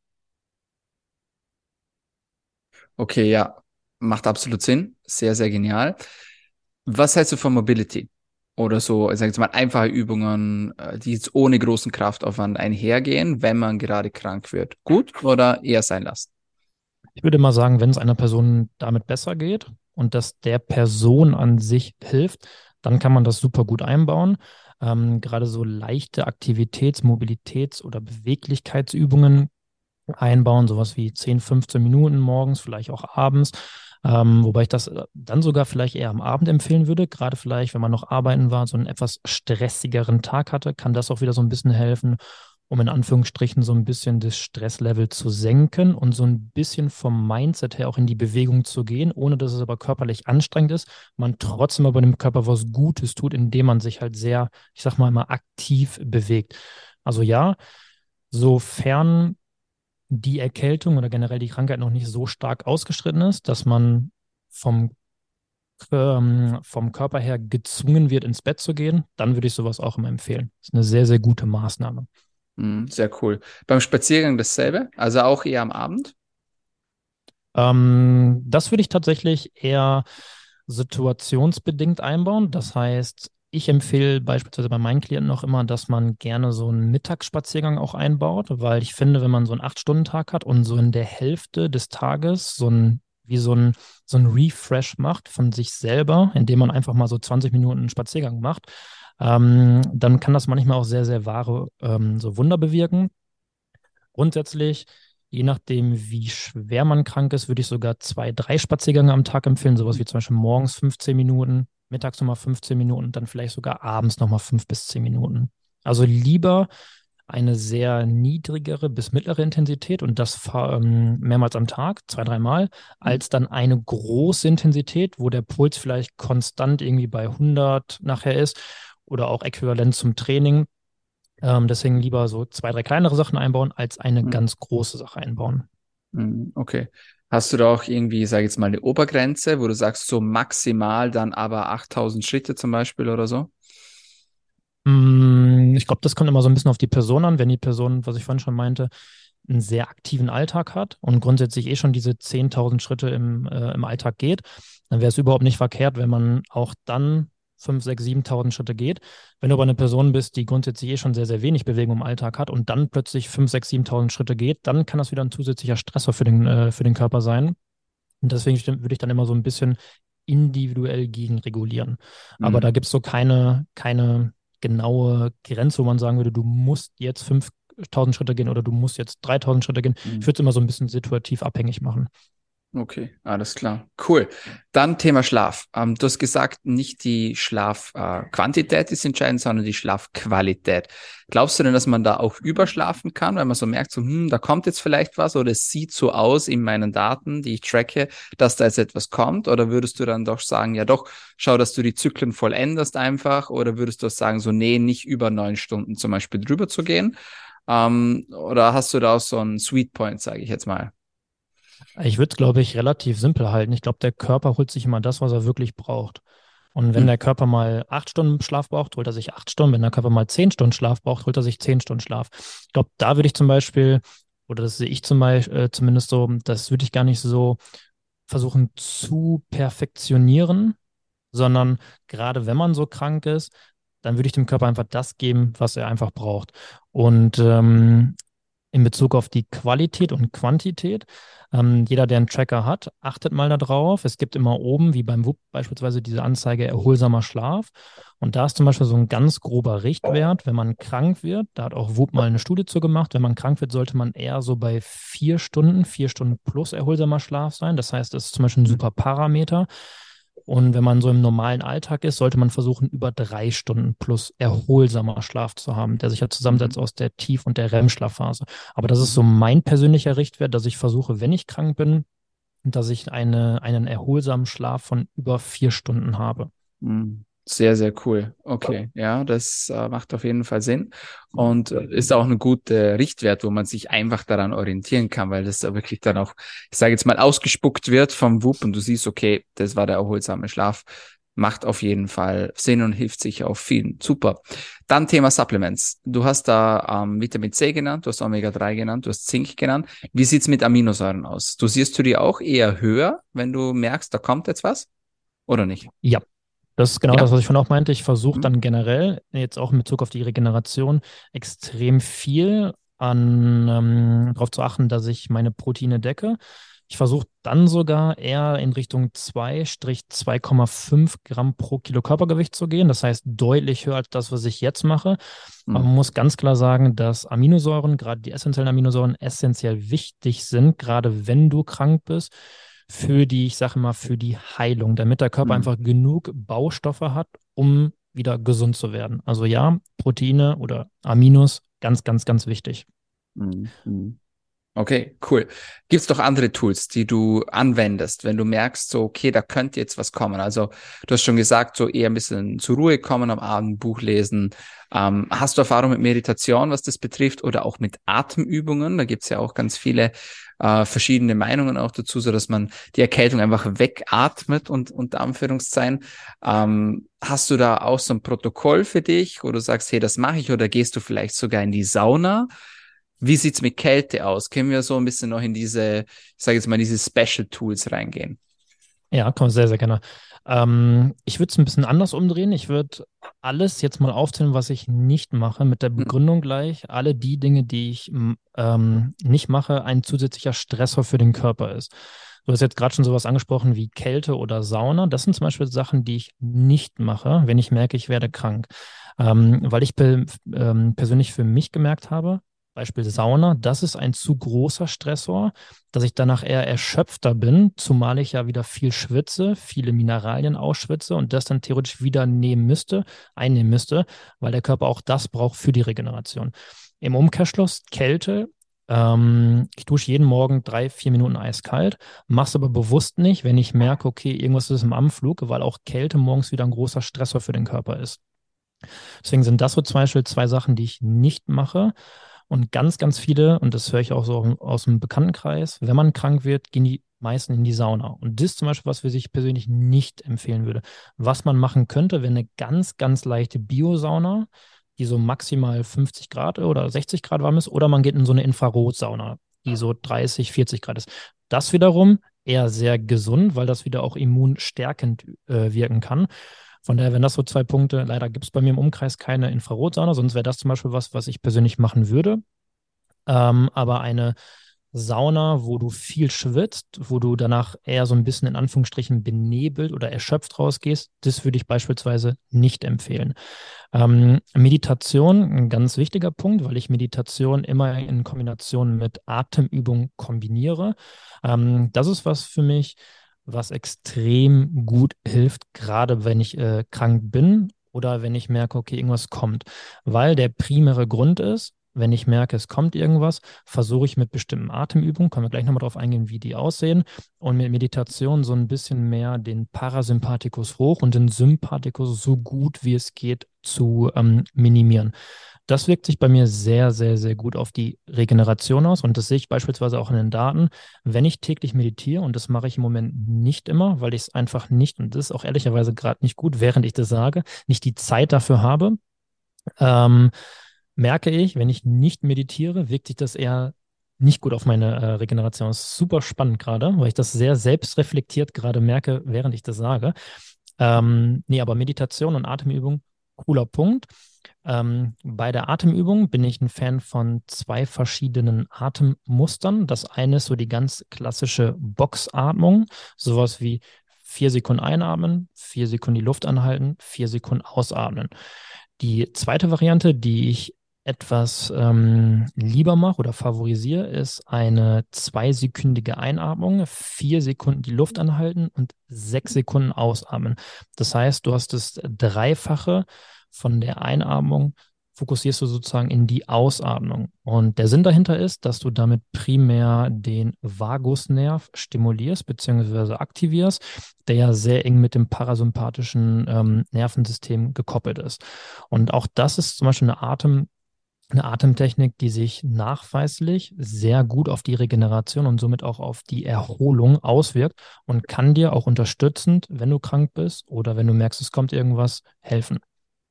Okay, ja, macht absolut Sinn. Sehr, sehr genial. Was hältst du von Mobility? Oder so, ich sag jetzt mal, einfache Übungen, äh, die jetzt ohne großen Kraftaufwand einhergehen, wenn man gerade krank wird. Gut oder eher sein lassen? Ich würde mal sagen, wenn es einer Person damit besser geht und das der Person an sich hilft, dann kann man das super gut einbauen. Ähm, gerade so leichte Aktivitäts-, Mobilitäts- oder Beweglichkeitsübungen einbauen, sowas wie zehn, fünfzehn Minuten morgens, vielleicht auch abends. Ähm, wobei ich das äh, dann sogar vielleicht eher am Abend empfehlen würde. Gerade vielleicht, wenn man noch arbeiten war, so einen etwas stressigeren Tag hatte, kann das auch wieder so ein bisschen helfen, um in Anführungsstrichen so ein bisschen das Stresslevel zu senken und so ein bisschen vom Mindset her auch in die Bewegung zu gehen, ohne dass es aber körperlich anstrengend ist. Man trotzdem aber dem Körper was Gutes tut, indem man sich halt sehr, ich sag mal immer, aktiv bewegt. Also ja, sofern die Erkältung oder generell die Krankheit noch nicht so stark ausgeschritten ist, dass man vom, ähm, vom Körper her gezwungen wird, ins Bett zu gehen, dann würde ich sowas auch immer empfehlen. Das ist eine sehr, sehr gute Maßnahme. Hm, sehr cool. Beim Spaziergang dasselbe, also auch eher am Abend? Ähm, das würde ich tatsächlich eher situationsbedingt einbauen. Das heißt, ich empfehle beispielsweise bei meinen Klienten auch immer, dass man gerne so einen Mittagsspaziergang auch einbaut, weil ich finde, wenn man so einen Acht-Stunden-Tag hat und so in der Hälfte des Tages so ein, wie so ein, so ein Refresh macht von sich selber, indem man einfach mal so zwanzig Minuten einen Spaziergang macht, ähm, dann kann das manchmal auch sehr, sehr wahre ähm, so Wunder bewirken. Grundsätzlich, je nachdem, wie schwer man krank ist, würde ich sogar zwei, drei Spaziergänge am Tag empfehlen. Sowas wie zum Beispiel morgens fünfzehn Minuten, mittags nochmal fünfzehn Minuten und dann vielleicht sogar abends nochmal fünf bis zehn Minuten. Also lieber eine sehr niedrigere bis mittlere Intensität und das ähm, mehrmals am Tag, zwei, dreimal, Hm. als dann eine große Intensität, wo der Puls vielleicht konstant irgendwie bei hundert nachher ist oder auch äquivalent zum Training. Ähm, deswegen lieber so zwei, drei kleinere Sachen einbauen, als eine Hm, ganz große Sache einbauen. hm, okay. Hast du da auch irgendwie, sag ich jetzt mal, eine Obergrenze, wo du sagst, so maximal dann aber achttausend Schritte zum Beispiel oder so? Mm, Ich glaube, das kommt immer so ein bisschen auf die Person an. Wenn die Person, was ich vorhin schon meinte, einen sehr aktiven Alltag hat und grundsätzlich eh schon diese zehntausend Schritte im, äh, im Alltag geht, dann wäre es überhaupt nicht verkehrt, wenn man auch dann fünf, sechs, siebentausend Schritte geht. Wenn du aber eine Person bist, die grundsätzlich eh schon sehr, sehr wenig Bewegung im Alltag hat und dann plötzlich fünf, sechs, siebentausend Schritte geht, dann kann das wieder ein zusätzlicher Stressor für den, äh, für den Körper sein. Und deswegen würde ich dann immer so ein bisschen individuell gegenregulieren. Aber da Mhm. gibt es so keine, keine genaue Grenze, wo man sagen würde, du musst jetzt fünftausend Schritte gehen oder du musst jetzt dreitausend Schritte gehen. Ich Mhm. würde es immer so ein bisschen situativ abhängig machen. Okay, alles klar. Cool. Dann Thema Schlaf. Ähm, du hast gesagt, nicht die Schlafquantität äh, Quantität ist entscheidend, sondern die Schlafqualität. Glaubst du denn, dass man da auch überschlafen kann, weil man so merkt, so, hm, da kommt jetzt vielleicht was oder es sieht so aus in meinen Daten, die ich tracke, dass da jetzt etwas kommt? Oder würdest du dann doch sagen, ja doch, schau, dass du die Zyklen vollendest einfach? Oder würdest du sagen, so, nee, nicht über neun Stunden zum Beispiel drüber zu gehen? Ähm, oder hast du da auch so einen Sweet Point, sage ich jetzt mal? Ich würde es, glaube ich, relativ simpel halten. Ich glaube, der Körper holt sich immer das, was er wirklich braucht. Und wenn Hm. der Körper mal acht Stunden Schlaf braucht, holt er sich acht Stunden. Wenn der Körper mal zehn Stunden Schlaf braucht, holt er sich zehn Stunden Schlaf. Ich glaube, da würde ich zum Beispiel, oder das sehe ich zum Beispiel äh, zumindest so, das würde ich gar nicht so versuchen zu perfektionieren, sondern gerade wenn man so krank ist, dann würde ich dem Körper einfach das geben, was er einfach braucht. Und ähm, in Bezug auf die Qualität und Quantität. Ähm, jeder, der einen Tracker hat, achtet mal darauf. Es gibt immer oben, wie beim Whoop beispielsweise, diese Anzeige erholsamer Schlaf. Und da ist zum Beispiel so ein ganz grober Richtwert, wenn man krank wird. Da hat auch Whoop mal eine Studie zu gemacht. Wenn man krank wird, sollte man eher so bei vier Stunden, vier Stunden plus erholsamer Schlaf sein. Das heißt, das ist zum Beispiel ein Hm. super Parameter. Und wenn man so im normalen Alltag ist, sollte man versuchen, über drei Stunden plus erholsamer Schlaf zu haben, der sich ja zusammensetzt Mhm. aus der Tief- und der R E M-Schlafphase. Aber das ist so Mhm. mein persönlicher Richtwert, dass ich versuche, wenn ich krank bin, dass ich eine, einen erholsamen Schlaf von über vier Stunden habe. Mhm. Sehr, sehr cool. Okay, ja, das äh, macht auf jeden Fall Sinn und äh, ist auch ein guter Richtwert, wo man sich einfach daran orientieren kann, weil das da wirklich dann auch, ich sage jetzt mal, ausgespuckt wird vom Whoop und du siehst, okay, das war der erholsame Schlaf. Macht auf jeden Fall Sinn und hilft sich auch vielen. Super. Dann Thema Supplements. Du hast da ähm, Vitamin C genannt, du hast Omega drei genannt, du hast Zink genannt. Wie sieht's mit Aminosäuren aus? Dosierst du die auch eher höher, wenn du merkst, da kommt jetzt was oder nicht? Ja, das ist genau das, Ja? was ich vorhin auch meinte. Ich versuche Mhm. dann generell, jetzt auch in Bezug auf die Regeneration, extrem viel an ähm, darauf zu achten, dass ich meine Proteine decke. Ich versuche dann sogar eher in Richtung zwei bis zwei Komma fünf Gramm pro Kilo Körpergewicht zu gehen. Das heißt deutlich höher als das, was ich jetzt mache. Aber Mhm. man muss ganz klar sagen, dass Aminosäuren, gerade die essentiellen Aminosäuren, essentiell wichtig sind, gerade wenn du krank bist, für die, ich sage mal, für die Heilung, damit der Körper Mhm. einfach genug Baustoffe hat, um wieder gesund zu werden. Also ja, Proteine oder Aminos, ganz, ganz, ganz wichtig. Mhm. Mhm. Okay, cool. Gibt's doch andere Tools, die du anwendest, wenn du merkst, so, okay, da könnte jetzt was kommen? Also, du hast schon gesagt, so eher ein bisschen zur Ruhe kommen am Abend, Buch lesen. Ähm, hast du Erfahrung mit Meditation, was das betrifft, oder auch mit Atemübungen? Da gibt's ja auch ganz viele äh, verschiedene Meinungen auch dazu, so dass man die Erkältung einfach wegatmet und unter Anführungszeichen. Ähm, hast du da auch so ein Protokoll für dich, wo du sagst, hey, das mache ich, oder gehst du vielleicht sogar in die Sauna? Wie sieht's mit Kälte aus? Können wir so ein bisschen noch in diese, ich sage jetzt mal, diese Special Tools reingehen? Ja, komm, sehr, sehr gerne. Ähm, ich würde es ein bisschen anders umdrehen. Ich würde alles jetzt mal aufzählen, was ich nicht mache, mit der Hm. Begründung gleich, alle die Dinge, die ich m, ähm, nicht mache, ein zusätzlicher Stressor für den Körper ist. Du hast jetzt gerade schon sowas angesprochen wie Kälte oder Sauna. Das sind zum Beispiel Sachen, die ich nicht mache, wenn ich merke, ich werde krank. Ähm, weil ich pe ähm, persönlich für mich gemerkt habe, Beispiel Sauna, das ist ein zu großer Stressor, dass ich danach eher erschöpfter bin, zumal ich ja wieder viel schwitze, viele Mineralien ausschwitze und das dann theoretisch wieder nehmen müsste, einnehmen müsste, weil der Körper auch das braucht für die Regeneration. Im Umkehrschluss Kälte. Ähm, ich dusche jeden Morgen drei, vier Minuten eiskalt, mache es aber bewusst nicht, wenn ich merke, okay, irgendwas ist im Anflug, weil auch Kälte morgens wieder ein großer Stressor für den Körper ist. Deswegen sind das so zum Beispiel zwei Sachen, die ich nicht mache. Und ganz, ganz viele, und das höre ich auch so aus dem Bekanntenkreis, wenn man krank wird, gehen die meisten in die Sauna. Und das ist zum Beispiel, was wir sich persönlich nicht empfehlen würde. Was man machen könnte, wäre eine ganz, ganz leichte Biosauna, die so maximal fünfzig Grad oder sechzig Grad warm ist, oder man geht in so eine Infrarotsauna, die so dreißig, vierzig Grad ist. Das wiederum eher sehr gesund, weil das wieder auch immunstärkend äh, wirken kann. Von daher wären das so zwei Punkte. Leider gibt es bei mir im Umkreis keine Infrarotsauna, sonst wäre das zum Beispiel was, was ich persönlich machen würde. Ähm, aber eine Sauna, wo du viel schwitzt, wo du danach eher so ein bisschen in Anführungsstrichen benebelt oder erschöpft rausgehst, das würde ich beispielsweise nicht empfehlen. Ähm, Meditation, ein ganz wichtiger Punkt, weil ich Meditation immer in Kombination mit Atemübung kombiniere. Ähm, das ist was für mich, was extrem gut hilft, gerade wenn ich äh, krank bin oder wenn ich merke, okay, irgendwas kommt. Weil der primäre Grund ist, wenn ich merke, es kommt irgendwas, versuche ich mit bestimmten Atemübungen, können wir gleich nochmal drauf eingehen, wie die aussehen, und mit Meditation so ein bisschen mehr den Parasympathikus hoch und den Sympathikus so gut wie es geht zu ähm, minimieren. Das wirkt sich bei mir sehr, sehr, sehr gut auf die Regeneration aus, und das sehe ich beispielsweise auch in den Daten. Wenn ich täglich meditiere, und das mache ich im Moment nicht immer, weil ich es einfach nicht, und das ist auch ehrlicherweise gerade nicht gut, während ich das sage, nicht die Zeit dafür habe, ähm, merke ich, wenn ich nicht meditiere, wirkt sich das eher nicht gut auf meine äh, Regeneration. Das ist super spannend gerade, weil ich das sehr selbstreflektiert gerade merke, während ich das sage. Ähm, nee, aber Meditation und Atemübung, cooler Punkt. Ähm, bei der Atemübung bin ich ein Fan von zwei verschiedenen Atemmustern. Das eine ist so die ganz klassische Boxatmung, sowas wie vier Sekunden einatmen, vier Sekunden die Luft anhalten, vier Sekunden ausatmen. Die zweite Variante, die ich etwas ähm, lieber mache oder favorisiere, ist eine zweisekündige Einatmung, vier Sekunden die Luft anhalten und sechs Sekunden ausatmen. Das heißt, du hast das Dreifache von der Einatmung, fokussierst du sozusagen in die Ausatmung. Und der Sinn dahinter ist, dass du damit primär den Vagusnerv stimulierst bzw. aktivierst, der ja sehr eng mit dem parasympathischen ähm, Nervensystem gekoppelt ist. Und auch das ist zum Beispiel eine Atem, eine Atemtechnik, die sich nachweislich sehr gut auf die Regeneration und somit auch auf die Erholung auswirkt und kann dir auch unterstützend, wenn du krank bist oder wenn du merkst, es kommt irgendwas, helfen.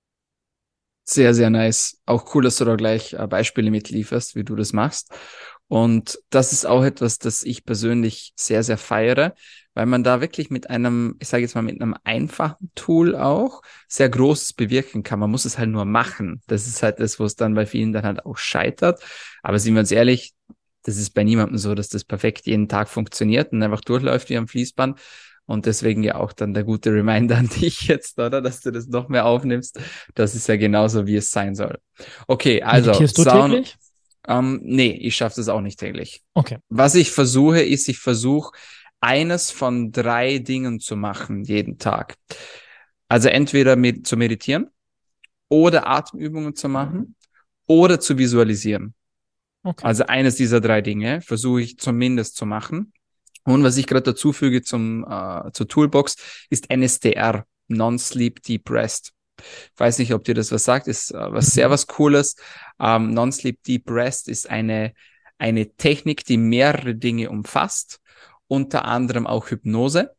Sehr, sehr nice. Auch cool, dass du da gleich äh, Beispiele mitlieferst, wie du das machst. Und das ist auch etwas, das ich persönlich sehr, sehr feiere, weil man da wirklich mit einem, ich sage jetzt mal, mit einem einfachen Tool auch sehr Großes bewirken kann. Man muss es halt nur machen. Das ist halt das, wo es dann bei vielen dann halt auch scheitert. Aber sind wir uns ehrlich, das ist bei niemandem so, dass das perfekt jeden Tag funktioniert und einfach durchläuft wie am Fließband. Und deswegen ja auch dann der gute Reminder an dich jetzt, oder? Dass du das noch mehr aufnimmst. Das ist ja genauso, wie es sein soll. Okay, also Meditierst du Sauna. täglich? Ähm, nee, ich schaffe das auch nicht täglich. Okay. Was ich versuche, ist, ich versuche, eines von drei Dingen zu machen jeden Tag. Also entweder mit, zu meditieren oder Atemübungen zu machen oder zu visualisieren. Okay. Also eines dieser drei Dinge versuche ich zumindest zu machen. Und was ich gerade dazu füge zum, äh, zur Toolbox, ist N S D R, Non-Sleep Deep Rest. Ich weiß nicht, ob dir das was sagt, ist äh, was sehr Mhm. was Cooles. Ähm, Non-Sleep Deep Rest ist eine, eine Technik, die mehrere Dinge umfasst, unter anderem auch Hypnose.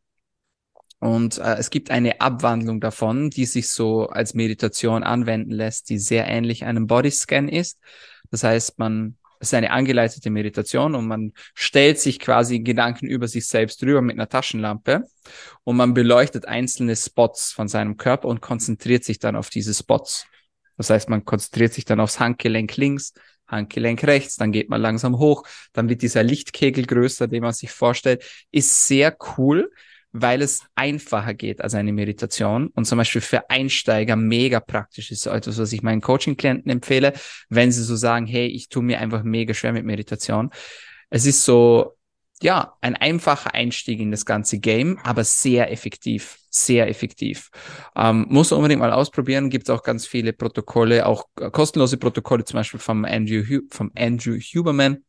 Und äh, es gibt eine Abwandlung davon, die sich so als Meditation anwenden lässt, die sehr ähnlich einem Bodyscan ist. Das heißt, man es ist eine angeleitete Meditation und man stellt sich quasi in Gedanken über sich selbst drüber mit einer Taschenlampe und man beleuchtet einzelne Spots von seinem Körper und konzentriert sich dann auf diese Spots. Das heißt, man konzentriert sich dann aufs Handgelenk links, Handgelenk rechts, dann geht man langsam hoch, dann wird dieser Lichtkegel größer, den man sich vorstellt. Ist sehr cool, weil es einfacher geht als eine Meditation und zum Beispiel für Einsteiger mega praktisch ist. So etwas, was ich meinen Coaching-Klienten empfehle, wenn sie so sagen, hey, ich tue mir einfach mega schwer mit Meditation. Es ist so, ja, ein einfacher Einstieg in das ganze Game, aber sehr effektiv, sehr effektiv. Ähm, muss man unbedingt mal ausprobieren. Gibt es auch ganz viele Protokolle, auch äh, kostenlose Protokolle, zum Beispiel vom Andrew, Hu vom Andrew Huberman.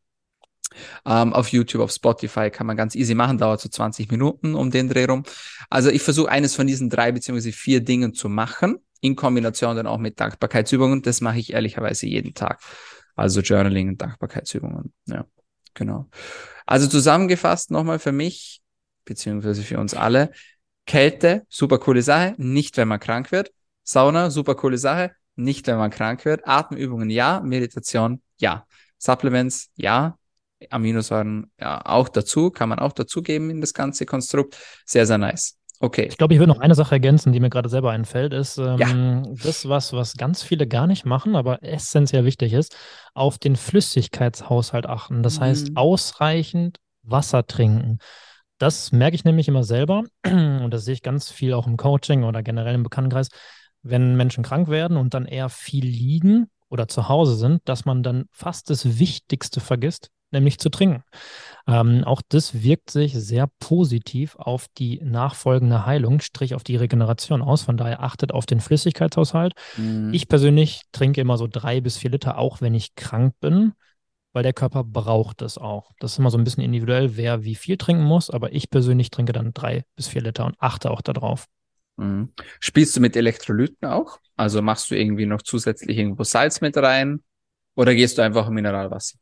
Ähm, auf YouTube, auf Spotify kann man ganz easy machen, dauert so zwanzig Minuten um den Dreh rum. Also ich versuche eines von diesen drei beziehungsweise vier Dingen zu machen, in Kombination dann auch mit Dankbarkeitsübungen. Das mache ich ehrlicherweise jeden Tag. Also Journaling und Dankbarkeitsübungen. Ja, genau. Also zusammengefasst nochmal für mich, beziehungsweise für uns alle, Kälte, super coole Sache, nicht wenn man krank wird. Sauna, super coole Sache, nicht wenn man krank wird. Atemübungen, ja. Meditation, ja. Supplements, ja. Aminosäuren ja, auch dazu, kann man auch dazugeben in das ganze Konstrukt. Sehr, sehr nice. Okay. Ich glaube, ich würde noch eine Sache ergänzen, die mir gerade selber einfällt, ist Ja. ähm, das, was, was ganz viele gar nicht machen, aber essentiell wichtig ist, auf den Flüssigkeitshaushalt achten. Das heißt, Mhm. ausreichend Wasser trinken. Das merke ich nämlich immer selber und das sehe ich ganz viel auch im Coaching oder generell im Bekanntenkreis, wenn Menschen krank werden und dann eher viel liegen oder zu Hause sind, dass man dann fast das Wichtigste vergisst, nämlich zu trinken. Ähm, auch das wirkt sich sehr positiv auf die nachfolgende Heilung, sprich auf die Regeneration aus. Von daher achtet auf den Flüssigkeitshaushalt. Mhm. Ich persönlich trinke immer so drei bis vier Liter, auch wenn ich krank bin, weil der Körper braucht es auch. Das ist immer so ein bisschen individuell, wer wie viel trinken muss, aber ich persönlich trinke dann drei bis vier Liter und achte auch darauf. Mhm. Spielst du mit Elektrolyten auch? Also machst du irgendwie noch zusätzlich irgendwo Salz mit rein? Oder gehst du einfach Mineralwasser?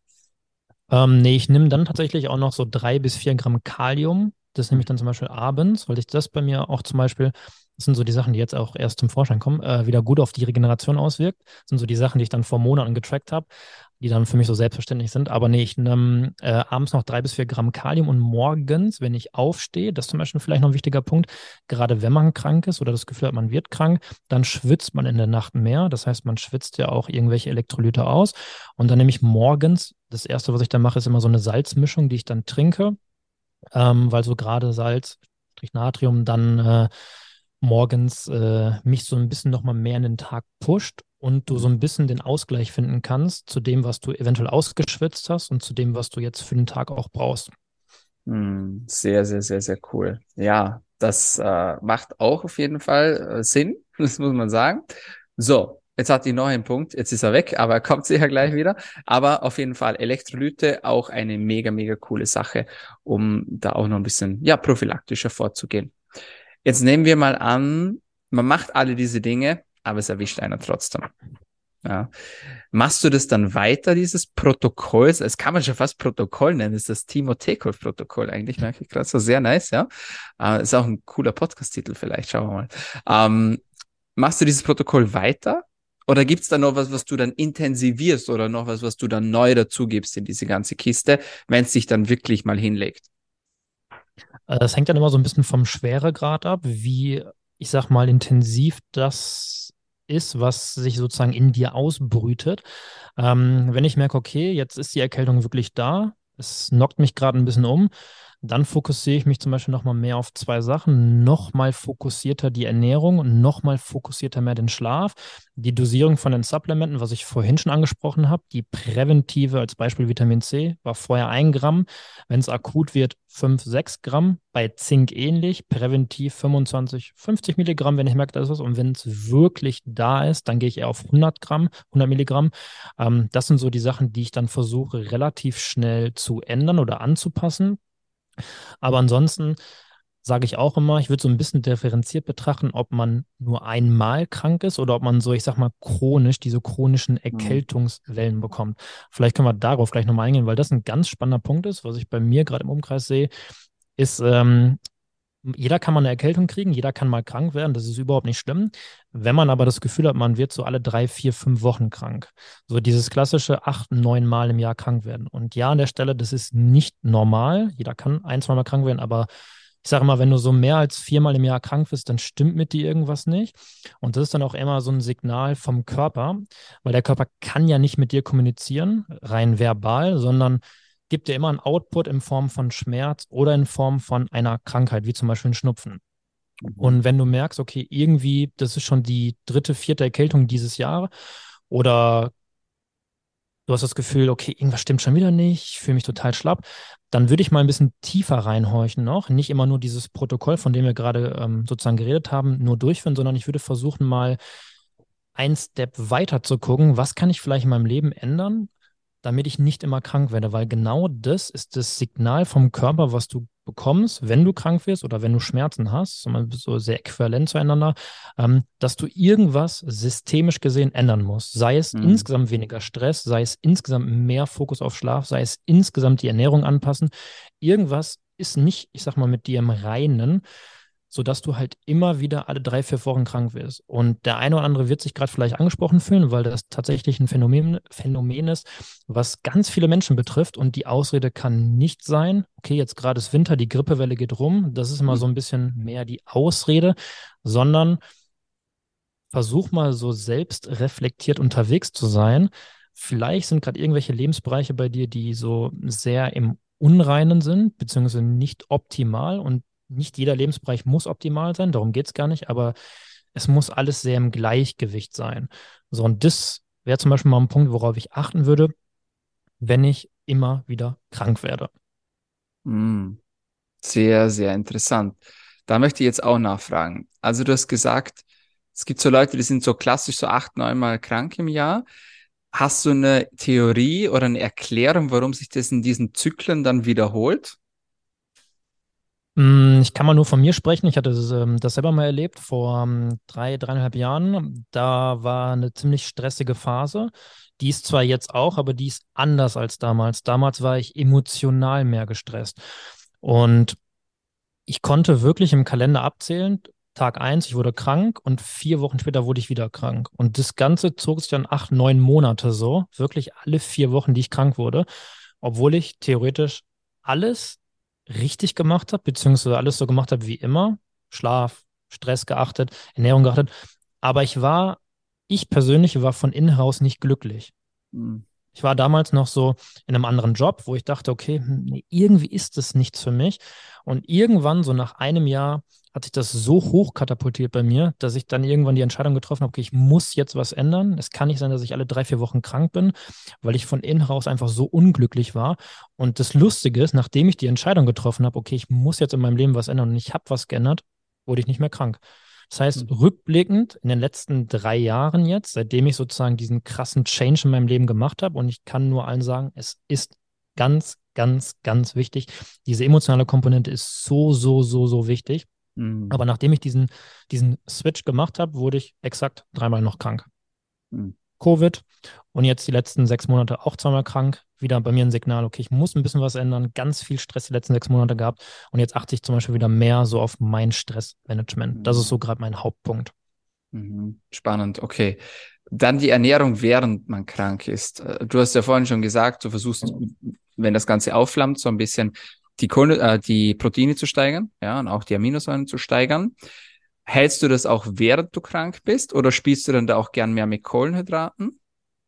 Ähm, nee, ich nehme dann tatsächlich auch noch so drei bis vier Gramm Kalium. Das nehme ich dann zum Beispiel abends, weil ich das bei mir auch zum Beispiel, das sind so die Sachen, die jetzt auch erst zum Vorschein kommen, äh, wieder gut auf die Regeneration auswirkt. Das sind so die Sachen, die ich dann vor Monaten getrackt habe, die dann für mich so selbstverständlich sind. Aber nee, ich nehme äh, abends noch drei bis vier Gramm Kalium und morgens, wenn ich aufstehe, das ist zum Beispiel vielleicht noch ein wichtiger Punkt, gerade wenn man krank ist oder das Gefühl hat, man wird krank, dann schwitzt man in der Nacht mehr. Das heißt, man schwitzt ja auch irgendwelche Elektrolyte aus. Und dann nehme ich morgens, das Erste, was ich dann mache, ist immer so eine Salzmischung, die ich dann trinke, ähm, weil so gerade Salz, Strich Natrium, dann äh, morgens äh, mich so ein bisschen nochmal mehr in den Tag pusht und du so ein bisschen den Ausgleich finden kannst zu dem, was du eventuell ausgeschwitzt hast und zu dem, was du jetzt für den Tag auch brauchst. Mhm. Sehr, sehr, sehr, sehr cool. Ja, das äh, macht auch auf jeden Fall äh, Sinn, das muss man sagen. So, jetzt hatte ich noch einen Punkt, jetzt ist er weg, aber er kommt sicher gleich wieder. Aber auf jeden Fall Elektrolyte auch eine mega, mega coole Sache, um da auch noch ein bisschen, ja, prophylaktischer vorzugehen. Jetzt nehmen wir mal an, man macht alle diese Dinge, aber es erwischt einer trotzdem. Ja. Machst du das dann weiter, dieses Protokoll? Das kann man schon fast Protokoll nennen. Das ist das Timo-Tekow-Protokoll eigentlich, merke ich gerade so. Sehr nice, ja. Äh, ist auch ein cooler Podcast-Titel vielleicht, schauen wir mal. Ähm, machst du dieses Protokoll weiter? Oder gibt's da noch was, was du dann intensivierst oder noch was, was du dann neu dazugibst in diese ganze Kiste, wenn es sich dann wirklich mal hinlegt? Äh, Das hängt dann immer so ein bisschen vom Schweregrad ab, wie, ich sag mal, intensiv das ist, was sich sozusagen in dir ausbrütet. Ähm, wenn ich merke, okay, jetzt ist die Erkältung wirklich da, es knockt mich gerade ein bisschen um, dann fokussiere ich mich zum Beispiel nochmal mehr auf zwei Sachen. Nochmal fokussierter die Ernährung, nochmal fokussierter mehr den Schlaf. Die Dosierung von den Supplementen, was ich vorhin schon angesprochen habe, die präventive, als Beispiel Vitamin C, war vorher ein Gramm. Wenn es akut wird, fünf, sechs Gramm. Bei Zink ähnlich, präventiv fünfundzwanzig, fünfzig Milligramm, wenn ich merke, da ist was. Und wenn es wirklich da ist, dann gehe ich eher auf hundert Gramm, hundert Milligramm. Ähm, das sind so die Sachen, die ich dann versuche, relativ schnell zu ändern oder anzupassen. Aber ansonsten sage ich auch immer, ich würde so ein bisschen differenziert betrachten, ob man nur einmal krank ist oder ob man so, ich sag mal, chronisch diese chronischen Mhm. Erkältungswellen bekommt. Vielleicht können wir darauf gleich nochmal eingehen, weil das ein ganz spannender Punkt ist, was ich bei mir gerade im Umkreis sehe, ist, ähm, jeder kann mal eine Erkältung kriegen, jeder kann mal krank werden, das ist überhaupt nicht schlimm. Wenn man aber das Gefühl hat, man wird so alle drei, vier, fünf Wochen krank. So dieses klassische acht, neun Mal im Jahr krank werden. Und ja, an der Stelle, das ist nicht normal. Jeder kann ein, zwei Mal krank werden, aber ich sage mal, wenn du so mehr als viermal im Jahr krank bist, dann stimmt mit dir irgendwas nicht. Und das ist dann auch immer so ein Signal vom Körper, weil der Körper kann ja nicht mit dir kommunizieren, rein verbal, sondern gibt dir immer einen Output in Form von Schmerz oder in Form von einer Krankheit, wie zum Beispiel ein Schnupfen. Mhm. Und wenn du merkst, okay, irgendwie, das ist schon die dritte, vierte Erkältung dieses Jahr oder du hast das Gefühl, okay, irgendwas stimmt schon wieder nicht, ich fühle mich total schlapp, dann würde ich mal ein bisschen tiefer reinhorchen noch. Nicht immer nur dieses Protokoll, von dem wir gerade ähm, sozusagen geredet haben, nur durchführen, sondern ich würde versuchen, mal einen Step weiter zu gucken, was kann ich vielleicht in meinem Leben ändern, damit ich nicht immer krank werde, weil genau das ist das Signal vom Körper, was du bekommst, wenn du krank wirst oder wenn du Schmerzen hast, so so sehr äquivalent zueinander, ähm, dass du irgendwas systemisch gesehen ändern musst. Sei es Mhm. insgesamt weniger Stress, sei es insgesamt mehr Fokus auf Schlaf, sei es insgesamt die Ernährung anpassen. Irgendwas ist nicht, ich sag mal, mit dir im Reinen, sodass du halt immer wieder alle drei, vier Wochen krank wirst. Und der eine oder andere wird sich gerade vielleicht angesprochen fühlen, weil das tatsächlich ein Phänomen, Phänomen ist, was ganz viele Menschen betrifft. Und die Ausrede kann nicht sein, okay, jetzt gerade ist Winter, die Grippewelle geht rum. Das ist immer so Mhm. ein bisschen mehr die Ausrede, sondern versuch mal so selbst reflektiert unterwegs zu sein. Vielleicht sind gerade irgendwelche Lebensbereiche bei dir, die so sehr im Unreinen sind, beziehungsweise nicht optimal. Und nicht jeder Lebensbereich muss optimal sein, darum geht es gar nicht, aber es muss alles sehr im Gleichgewicht sein. So, und das wäre zum Beispiel mal ein Punkt, worauf ich achten würde, wenn ich immer wieder krank werde. Mhm. Sehr, sehr interessant. Da möchte ich jetzt auch nachfragen. Also du hast gesagt, es gibt so Leute, die sind so klassisch so acht, neunmal krank im Jahr. Hast du eine Theorie oder eine Erklärung, warum sich das in diesen Zyklen dann wiederholt? Mm, Ich kann mal nur von mir sprechen. Ich hatte das, ähm, das selber mal erlebt vor ähm, drei, dreieinhalb Jahren. Da war eine ziemlich stressige Phase. Die ist zwar jetzt auch, aber die ist anders als damals. Damals war ich emotional mehr gestresst. Und ich konnte wirklich im Kalender abzählen, Tag eins, ich wurde krank und vier Wochen später wurde ich wieder krank. Und das Ganze zog sich dann acht, neun Monate so, wirklich alle vier Wochen, die ich krank wurde, obwohl ich theoretisch alles richtig gemacht habe, beziehungsweise alles so gemacht habe wie immer. Schlaf, Stress geachtet, Ernährung geachtet. Aber ich war, ich persönlich war von innen heraus nicht glücklich. Hm. Ich war damals noch so in einem anderen Job, wo ich dachte, okay, hm, nee, irgendwie ist das nichts für mich. Und irgendwann, so nach einem Jahr, hat sich das so hoch katapultiert bei mir, dass ich dann irgendwann die Entscheidung getroffen habe, okay, ich muss jetzt was ändern. Es kann nicht sein, dass ich alle drei, vier Wochen krank bin, weil ich von innen heraus einfach so unglücklich war. Und das Lustige ist, nachdem ich die Entscheidung getroffen habe, okay, ich muss jetzt in meinem Leben was ändern und ich habe was geändert, wurde ich nicht mehr krank. Das heißt, Hm. rückblickend in den letzten drei Jahren jetzt, seitdem ich sozusagen diesen krassen Change in meinem Leben gemacht habe, und ich kann nur allen sagen, es ist ganz, ganz, ganz wichtig. Diese emotionale Komponente ist so, so, so, so wichtig. Hm. Aber nachdem ich diesen, diesen Switch gemacht habe, wurde ich exakt dreimal noch krank. Hm. Covid und jetzt die letzten sechs Monate auch zweimal krank. Wieder bei mir ein Signal, okay, ich muss ein bisschen was ändern. Ganz viel Stress die letzten sechs Monate gehabt. Und jetzt achte ich zum Beispiel wieder mehr so auf mein Stressmanagement. Das ist Hm. so gerade mein Hauptpunkt. Mhm. Spannend, okay. Dann die Ernährung, während man krank ist. Äh, Du hast ja vorhin schon gesagt, du versuchst, wenn das Ganze aufflammt, so ein bisschen die, Kohlen, äh, die Proteine zu steigern, ja, und auch die Aminosäuren zu steigern. Hältst du das auch während du krank bist oder spielst du dann da auch gern mehr mit Kohlenhydraten?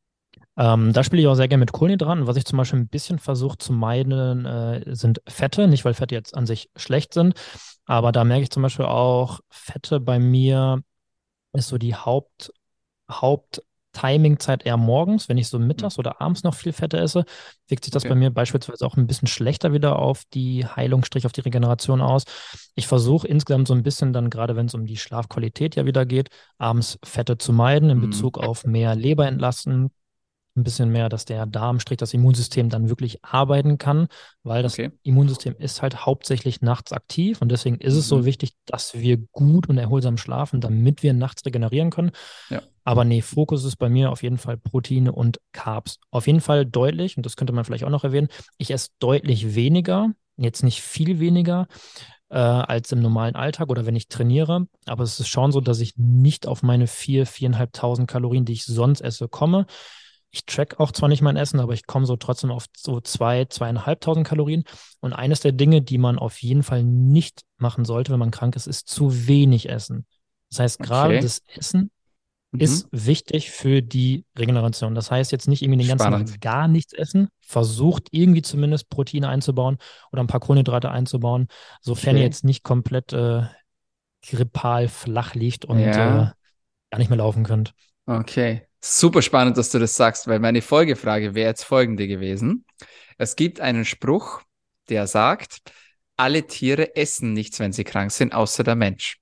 Ähm, da spiele ich auch sehr gerne mit Kohlenhydraten. Was ich zum Beispiel ein bisschen versuche zu meiden, äh, sind Fette. Nicht, weil Fette jetzt an sich schlecht sind, aber da merke ich zum Beispiel auch, Fette bei mir ist so die Haupt, Haupt-Timing-Zeit eher morgens. Wenn ich so Hm. mittags oder abends noch viel Fette esse, wirkt sich das bei Okay. mir beispielsweise auch ein bisschen schlechter wieder auf die Heilung, Strich auf die Regeneration aus. Ich versuche insgesamt so ein bisschen dann, gerade wenn es um die Schlafqualität ja wieder geht, abends Fette zu meiden in Hm. Bezug auf mehr Leber entlasten, ein bisschen mehr, dass der Darm, sprich das Immunsystem dann wirklich arbeiten kann, weil das Okay. Immunsystem ist halt hauptsächlich nachts aktiv und deswegen ist es so Mhm. wichtig, dass wir gut und erholsam schlafen, damit wir nachts regenerieren können. Ja. Aber nee, Fokus ist bei mir auf jeden Fall Proteine und Carbs. Auf jeden Fall deutlich, und das könnte man vielleicht auch noch erwähnen, ich esse deutlich weniger, jetzt nicht viel weniger, äh, als im normalen Alltag oder wenn ich trainiere. Aber es ist schon so, dass ich nicht auf meine vier, viereinhalbtausend Kalorien, die ich sonst esse, komme. Ich track auch zwar nicht mein Essen, aber ich komme so trotzdem auf so zwei, zweieinhalbtausend Kalorien. Und eines der Dinge, die man auf jeden Fall nicht machen sollte, wenn man krank ist, ist zu wenig essen. Das heißt, gerade Okay. das Essen Mhm. ist wichtig für die Regeneration. Das heißt jetzt nicht irgendwie den ganzen Spannend. Tag gar nichts essen, versucht irgendwie zumindest Proteine einzubauen oder ein paar Kohlenhydrate einzubauen, sofern ihr Okay. jetzt nicht komplett äh, grippal flach liegt und äh, Ja. gar nicht mehr laufen könnt. Okay. Super spannend, dass du das sagst, weil meine Folgefrage wäre jetzt folgende gewesen. Es gibt einen Spruch, der sagt, alle Tiere essen nichts, wenn sie krank sind, außer der Mensch.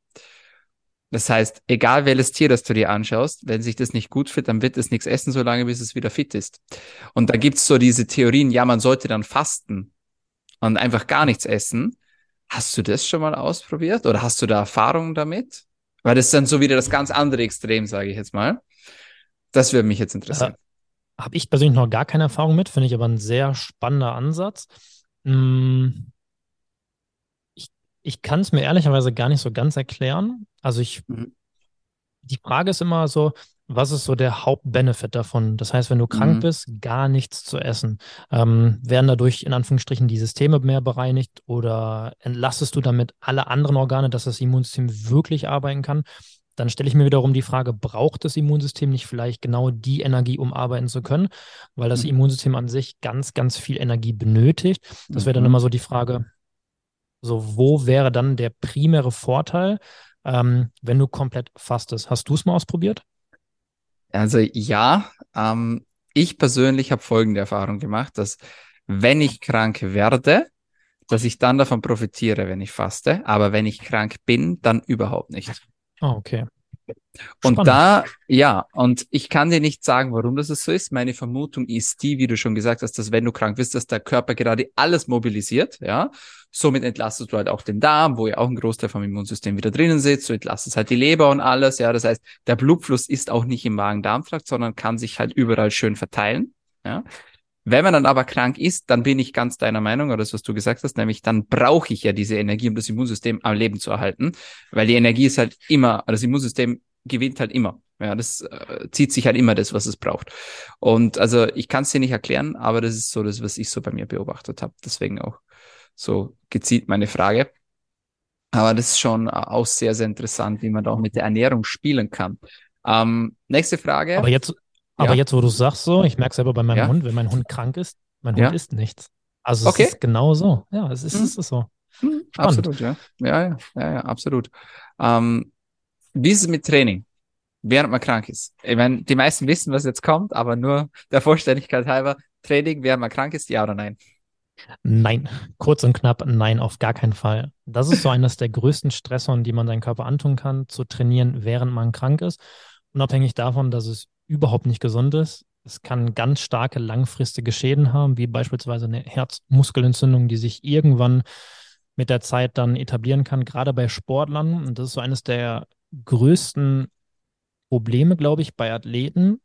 Das heißt, egal welches Tier, das du dir anschaust, wenn sich das nicht gut fühlt, dann wird es nichts essen, solange bis es wieder fit ist. Und da gibt's so diese Theorien, ja, man sollte dann fasten und einfach gar nichts essen. Hast du das schon mal ausprobiert oder hast du da Erfahrungen damit? Weil das ist dann so wieder das ganz andere Extrem, sage ich jetzt mal. Das würde mich jetzt Äh, interessieren. Habe ich persönlich noch gar keine Erfahrung mit, finde ich aber ein sehr spannender Ansatz. Mm, ich, Ich kann es mir ehrlicherweise gar nicht so ganz erklären. Also ich, Mhm. die Frage ist immer so, was ist so der Hauptbenefit davon? Das heißt, wenn du krank Mhm. bist, gar nichts zu essen. Ähm, werden dadurch in Anführungsstrichen die Systeme mehr bereinigt oder entlastest du damit alle anderen Organe, dass das Immunsystem wirklich arbeiten kann? Dann stelle ich mir wiederum die Frage, braucht das Immunsystem nicht vielleicht genau die Energie, um arbeiten zu können? Weil das Mhm. Immunsystem an sich ganz, ganz viel Energie benötigt. Das wäre dann immer Mhm. so die Frage, so wo wäre dann der primäre Vorteil, ähm, wenn du komplett fastest? Hast du es mal ausprobiert? Also ja, ähm, ich persönlich habe folgende Erfahrung gemacht, dass wenn ich krank werde, dass ich dann davon profitiere, wenn ich faste, aber wenn ich krank bin, dann überhaupt nicht. Ah, okay. Und Spannend. da, ja, und ich kann dir nicht sagen, warum das so ist. Meine Vermutung ist die, wie du schon gesagt hast, dass wenn du krank bist, dass der Körper gerade alles mobilisiert, ja. Somit entlastest du halt auch den Darm, wo ja auch ein Großteil vom Immunsystem wieder drinnen sitzt. Du entlastest halt die Leber und alles, ja. Das heißt, der Blutfluss ist auch nicht im Magen-Darm-Trakt, sondern kann sich halt überall schön verteilen, ja. Wenn man dann aber krank ist, dann bin ich ganz deiner Meinung, oder das, was du gesagt hast, nämlich dann brauche ich ja diese Energie, um das Immunsystem am Leben zu erhalten, weil die Energie ist halt immer, das Immunsystem gewinnt halt immer. Ja, das äh, zieht sich halt immer das, was es braucht. Und also ich kann es dir nicht erklären, aber das ist so das, was ich so bei mir beobachtet habe. Deswegen auch so gezielt meine Frage. Aber das ist schon auch sehr, sehr interessant, wie man da auch mit der Ernährung spielen kann. Ähm, nächste Frage. Aber jetzt, aber Ja, jetzt, wo du es sagst so, ich merke selber bei meinem ja, Hund, wenn mein Hund krank ist, mein Hund ja. isst nichts. Also es Okay. ist genau so. Ja, es ist, Hm, es ist so. hm, Spannend. absolut, ja. Ja, ja, ja, ja, absolut. Ähm, wie ist es mit Training, während man krank ist? Ich meine, die meisten wissen, was jetzt kommt, aber nur der Vollständigkeit halber, Training, während man krank ist, ja oder nein? Nein, kurz und knapp, nein, auf gar keinen Fall. Das ist so eines der größten Stressoren, die man seinem Körper antun kann, zu trainieren, während man krank ist. Unabhängig davon, dass es überhaupt nicht gesund ist. Es kann ganz starke langfristige Schäden haben, wie beispielsweise eine Herzmuskelentzündung, die sich irgendwann mit der Zeit dann etablieren kann, gerade bei Sportlern. Und das ist so eines der größten Probleme, glaube ich, bei Athleten,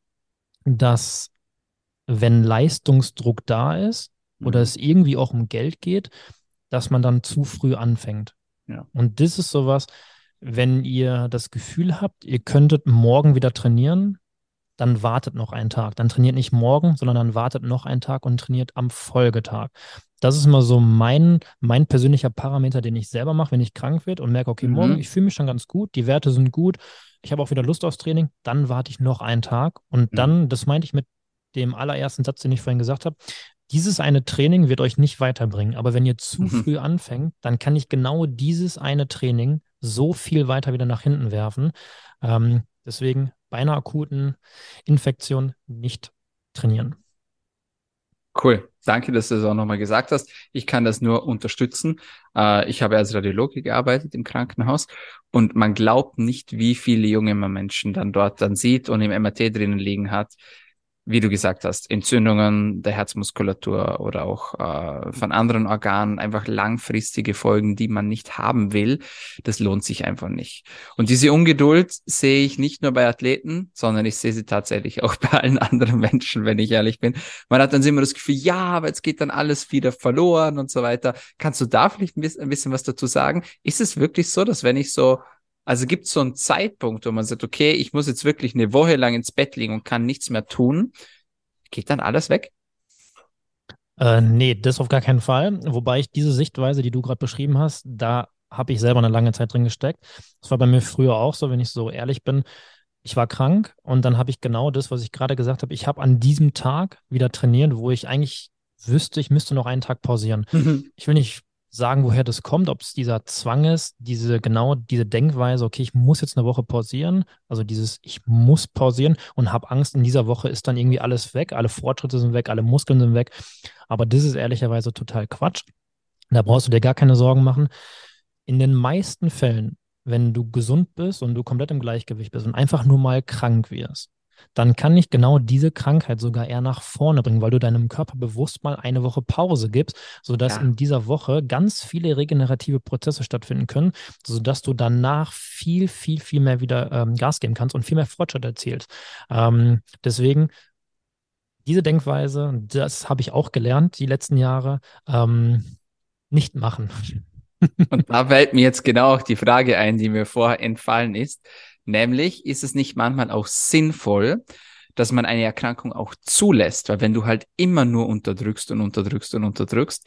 dass wenn Leistungsdruck da ist oder Mhm. es irgendwie auch um Geld geht, dass man dann zu früh anfängt. Ja. Und das ist sowas, wenn ihr das Gefühl habt, ihr könntet morgen wieder trainieren, dann wartet noch einen Tag. Dann trainiert nicht morgen, sondern dann wartet noch einen Tag und trainiert am Folgetag. Das ist mal so mein, mein persönlicher Parameter, den ich selber mache, wenn ich krank werde und merke, okay, morgen, Mhm. ich fühle mich schon ganz gut, die Werte sind gut, ich habe auch wieder Lust aufs Training, dann warte ich noch einen Tag und Mhm. dann, das meinte ich mit dem allerersten Satz, den ich vorhin gesagt habe, dieses eine Training wird euch nicht weiterbringen, aber wenn ihr zu Mhm. früh anfängt, dann kann ich genau dieses eine Training so viel weiter wieder nach hinten werfen. Ähm, deswegen bei einer akuten Infektion nicht trainieren. Cool. Danke, dass du das auch nochmal gesagt hast. Ich kann das nur unterstützen. Äh, ich habe als Radiologe gearbeitet im Krankenhaus und man glaubt nicht, wie viele junge Menschen dann dort dann sieht und im M R T drinnen liegen hat, wie du gesagt hast, Entzündungen der Herzmuskulatur oder auch äh, von anderen Organen, einfach langfristige Folgen, die man nicht haben will. Das lohnt sich einfach nicht. Und diese Ungeduld sehe ich nicht nur bei Athleten, sondern ich sehe sie tatsächlich auch bei allen anderen Menschen, wenn ich ehrlich bin. Man hat dann immer das Gefühl, ja, aber jetzt geht dann alles wieder verloren und so weiter. Kannst du da vielleicht ein bisschen, ein bisschen was dazu sagen? Ist es wirklich so, dass wenn ich so, also gibt es so einen Zeitpunkt, wo man sagt, okay, ich muss jetzt wirklich eine Woche lang ins Bett liegen und kann nichts mehr tun, geht dann alles weg? Äh, nee, das auf gar keinen Fall. Wobei ich diese Sichtweise, die du gerade beschrieben hast, da habe ich selber eine lange Zeit drin gesteckt. Das war bei mir früher auch so, wenn ich so ehrlich bin. Ich war krank und dann habe ich genau das, was ich gerade gesagt habe. Ich habe an diesem Tag wieder trainiert, wo ich eigentlich wüsste, ich müsste noch einen Tag pausieren. Mhm. Ich will nicht sagen, woher das kommt, ob es dieser Zwang ist, diese genau diese Denkweise, okay, ich muss jetzt eine Woche pausieren, also dieses ich muss pausieren und habe Angst, in dieser Woche ist dann irgendwie alles weg, alle Fortschritte sind weg, alle Muskeln sind weg. Aber das ist ehrlicherweise total Quatsch. Da brauchst du dir gar keine Sorgen machen. In den meisten Fällen, wenn du gesund bist und du komplett im Gleichgewicht bist und einfach nur mal krank wirst, dann kann ich genau diese Krankheit sogar eher nach vorne bringen, weil du deinem Körper bewusst mal eine Woche Pause gibst, sodass Ja. in dieser Woche ganz viele regenerative Prozesse stattfinden können, sodass du danach viel, viel, viel mehr wieder ähm, Gas geben kannst und viel mehr Fortschritt erzielst. Ähm, deswegen diese Denkweise, das habe ich auch gelernt die letzten Jahre, ähm, nicht machen. Und da fällt mir jetzt genau auch die Frage ein, die mir vorher entfallen ist. Nämlich, ist es nicht manchmal auch sinnvoll, dass man eine Erkrankung auch zulässt? Weil wenn du halt immer nur unterdrückst und unterdrückst und unterdrückst,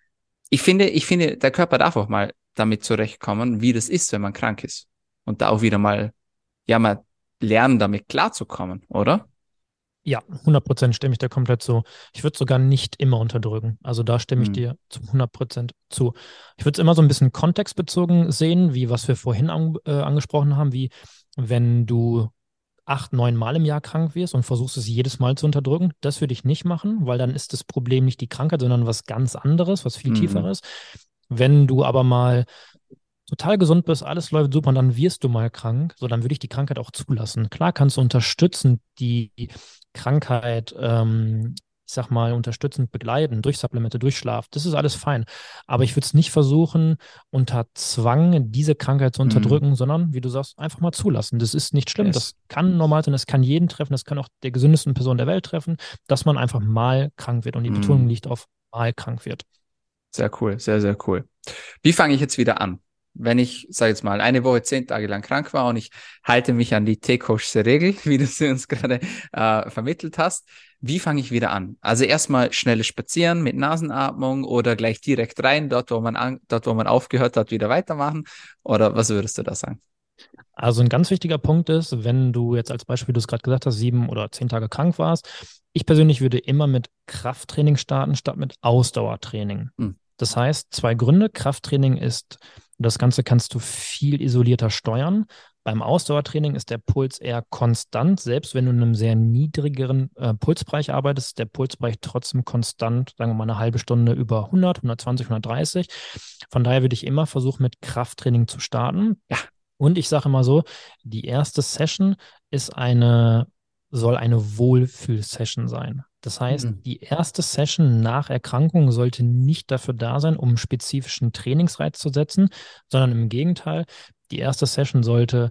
ich finde, ich finde, der Körper darf auch mal damit zurechtkommen, wie das ist, wenn man krank ist. Und da auch wieder mal, ja, mal lernen, damit klarzukommen, oder? Ja, hundert Prozent stimme ich dir komplett zu. Ich würde sogar nicht immer unterdrücken. Also da stimme ich Hm. dir zu hundert Prozent zu. Ich würde es immer so ein bisschen kontextbezogen sehen, wie was wir vorhin an, äh, angesprochen haben, wie wenn du acht, neun Mal im Jahr krank wirst und versuchst es jedes Mal zu unterdrücken. Das würde ich nicht machen, weil dann ist das Problem nicht die Krankheit, sondern was ganz anderes, was viel Mhm. tieferes. Wenn du aber mal total gesund bist, alles läuft super und dann wirst du mal krank, so dann würde ich die Krankheit auch zulassen. Klar kannst du unterstützend die Krankheit, ähm, ich sag mal, unterstützend begleiten, durch Supplemente, durch Schlaf. Das ist alles fein. Aber ich würde es nicht versuchen, unter Zwang diese Krankheit zu Mhm. unterdrücken, sondern, wie du sagst, einfach mal zulassen. Das ist nicht schlimm. Yes. Das kann normal sein. Das kann jeden treffen. Das kann auch der gesündesten Person der Welt treffen, dass man einfach mal krank wird. Und die Betonung Mhm. liegt auf mal krank wird. Sehr cool, sehr, sehr cool. Wie fange ich jetzt wieder an? Wenn ich, sage jetzt mal, eine Woche, zehn Tage lang krank war und ich halte mich an die T-Coach's Regel, wie du sie uns gerade äh, vermittelt hast, wie fange ich wieder an? Also erstmal schnelles Spazieren mit Nasenatmung oder gleich direkt rein, dort, wo man an, dort, wo man aufgehört hat, wieder weitermachen? Oder was würdest du da sagen? Also ein ganz wichtiger Punkt ist, wenn du jetzt als Beispiel, wie du es gerade gesagt hast, sieben oder zehn Tage krank warst, ich persönlich würde immer mit Krafttraining starten, statt mit Ausdauertraining. Hm. Das heißt, zwei Gründe. Krafttraining ist, das Ganze kannst du viel isolierter steuern. Beim Ausdauertraining ist der Puls eher konstant. Selbst wenn du in einem sehr niedrigeren äh, Pulsbereich arbeitest, ist der Pulsbereich trotzdem konstant, sagen wir mal eine halbe Stunde über hundert, hundertzwanzig, hundertdreißig. Von daher würde ich immer versuchen, mit Krafttraining zu starten. Ja. Und ich sage immer so, die erste Session ist eine, soll eine Wohlfühl-Session sein. Das heißt, Hm. die erste Session nach Erkrankung sollte nicht dafür da sein, um einen spezifischen Trainingsreiz zu setzen, sondern im Gegenteil, die erste Session sollte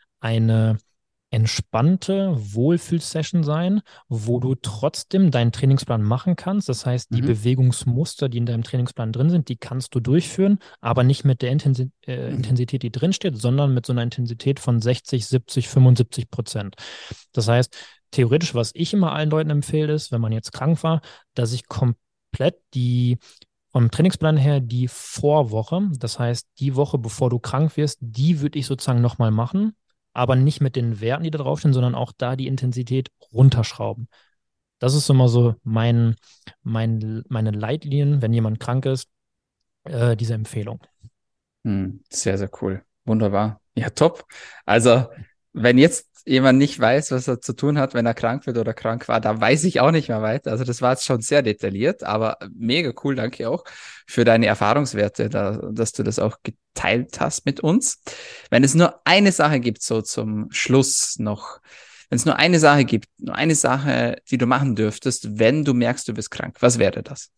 eine entspannte Wohlfühl-Session sein, wo du trotzdem deinen Trainingsplan machen kannst. Das heißt, die Mhm. Bewegungsmuster, die in deinem Trainingsplan drin sind, die kannst du durchführen, aber nicht mit der Intensi äh, Mhm. Intensität, die drin steht, sondern mit so einer Intensität von sechzig, siebzig, fünfundsiebzig Prozent. Das heißt, theoretisch, was ich immer allen Leuten empfehle, ist, wenn man jetzt krank war, dass ich komplett die vom Trainingsplan her die Vorwoche, das heißt die Woche, bevor du krank wirst, die würde ich sozusagen nochmal machen, aber nicht mit den Werten, die da draufstehen, sondern auch da die Intensität runterschrauben. Das ist immer so mein, mein, meine Leitlinien, wenn jemand krank ist, äh, diese Empfehlung. Hm, sehr, sehr cool. Wunderbar. Ja, top. Also, wenn jetzt jemand nicht weiß, was er zu tun hat, wenn er krank wird oder krank war, da weiß ich auch nicht mehr weiter. Also, das war jetzt schon sehr detailliert, aber mega cool. Danke auch für deine Erfahrungswerte, da, dass du das auch geteilt hast mit uns. Wenn es nur eine Sache gibt, so zum Schluss noch, wenn es nur eine Sache gibt, nur eine Sache, die du machen dürftest, wenn du merkst, du bist krank, was wäre das?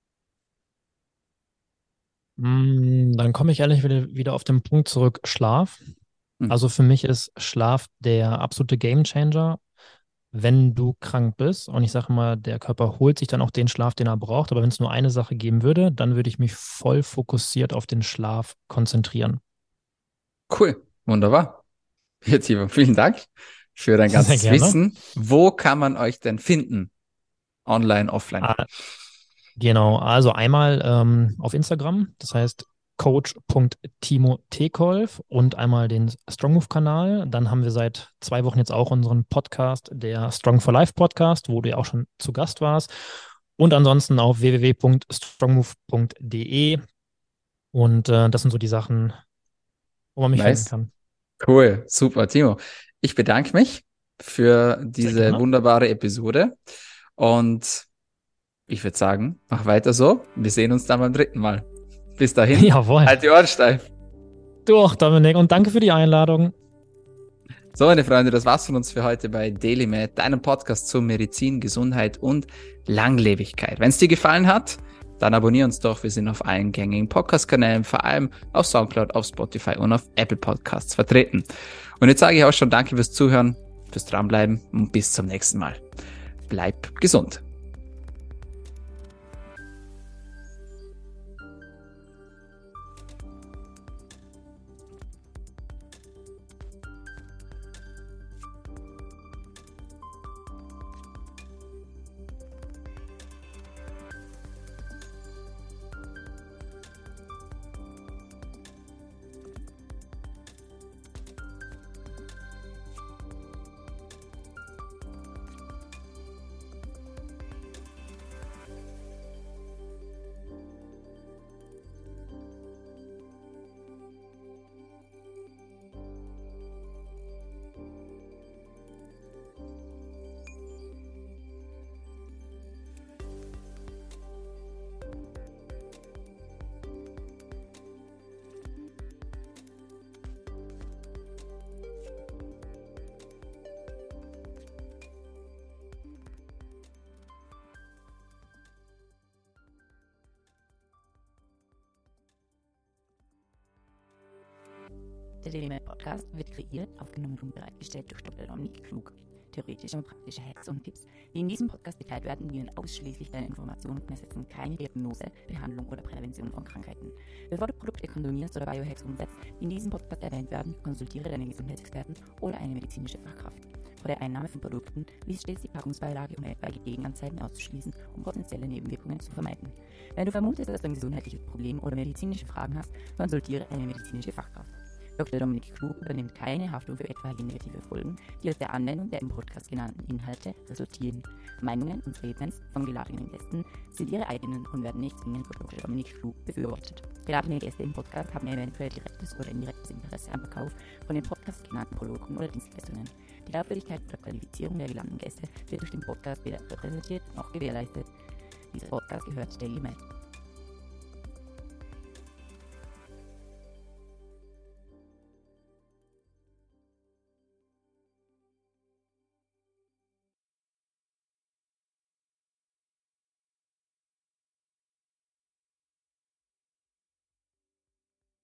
Mm, Dann komme ich ehrlich wieder, wieder auf den Punkt zurück, Schlaf. Hm. Also für mich ist Schlaf der absolute Gamechanger, wenn du krank bist. Und ich sage mal, der Körper holt sich dann auch den Schlaf, den er braucht. Aber wenn es nur eine Sache geben würde, dann würde ich mich voll fokussiert auf den Schlaf konzentrieren. Cool. Wunderbar. Ja, Timo, vielen Dank für dein Sehr ganzes gerne. Wissen. Wo kann man euch denn finden? Online, offline? Ah, genau, also einmal ähm, auf Instagram, das heißt coach punkt timo tekolf und einmal den Strong Move Kanal. Dann haben wir seit zwei Wochen jetzt auch unseren Podcast, der Strong for Life Podcast, wo du ja auch schon zu Gast warst. Und ansonsten auf w w w punkt strongmove punkt d e. Und äh, das sind so die Sachen, wo man mich finden Nice. kann. Cool. Super, Timo. Ich bedanke mich für Sehr diese gerne. wunderbare Episode und ich würde sagen, mach weiter so. Wir sehen uns dann beim dritten Mal. Bis dahin, Jawohl. halt die Ohren steif. Du auch, Dominik. Und danke für die Einladung. So, meine Freunde, das war's von uns für heute bei DailyMed, deinem Podcast zu Medizin, Gesundheit und Langlebigkeit. Wenn es dir gefallen hat, dann abonnier uns doch. Wir sind auf allen gängigen Podcast-Kanälen, vor allem auf Soundcloud, auf Spotify und auf Apple Podcasts vertreten. Und jetzt sage ich auch schon Danke fürs Zuhören, fürs Dranbleiben und bis zum nächsten Mal. Bleib gesund. Der DailyMed Podcast wird kreiert, aufgenommen und bereitgestellt durch Doktor Dominik Klug. Theoretische und praktische Hacks und Tipps, die in diesem Podcast geteilt werden, dienen ausschließlich deiner Information und ersetzen keine Diagnose, Behandlung oder Prävention von Krankheiten. Bevor du Produkte konsumierst oder Biohacks umsetzt, die in diesem Podcast erwähnt werden, konsultiere deinen Gesundheitsexperten oder eine medizinische Fachkraft. Vor der Einnahme von Produkten lies stets die Packungsbeilage, um etwaige Gegenanzeigen auszuschließen, um potenzielle Nebenwirkungen zu vermeiden. Wenn du vermutest, dass du ein gesundheitliches Problem oder medizinische Fragen hast, konsultiere eine medizinische Fachkraft. Doktor Dominik Klug übernimmt keine Haftung für etwaige negative Folgen, die aus der Anwendung der im Podcast genannten Inhalte resultieren. Meinungen und Statements von geladenen Gästen sind ihre eigenen und werden nicht zwingend von Doktor Dominik Klug befürwortet. Geladene Gäste im Podcast haben eventuell direktes oder indirektes Interesse am Verkauf von den Podcast genannten Produkten oder Dienstleistungen. Die Glaubwürdigkeit oder Qualifizierung der geladenen Gäste wird durch den Podcast weder repräsentiert noch gewährleistet. Dieser Podcast gehört DailyMed.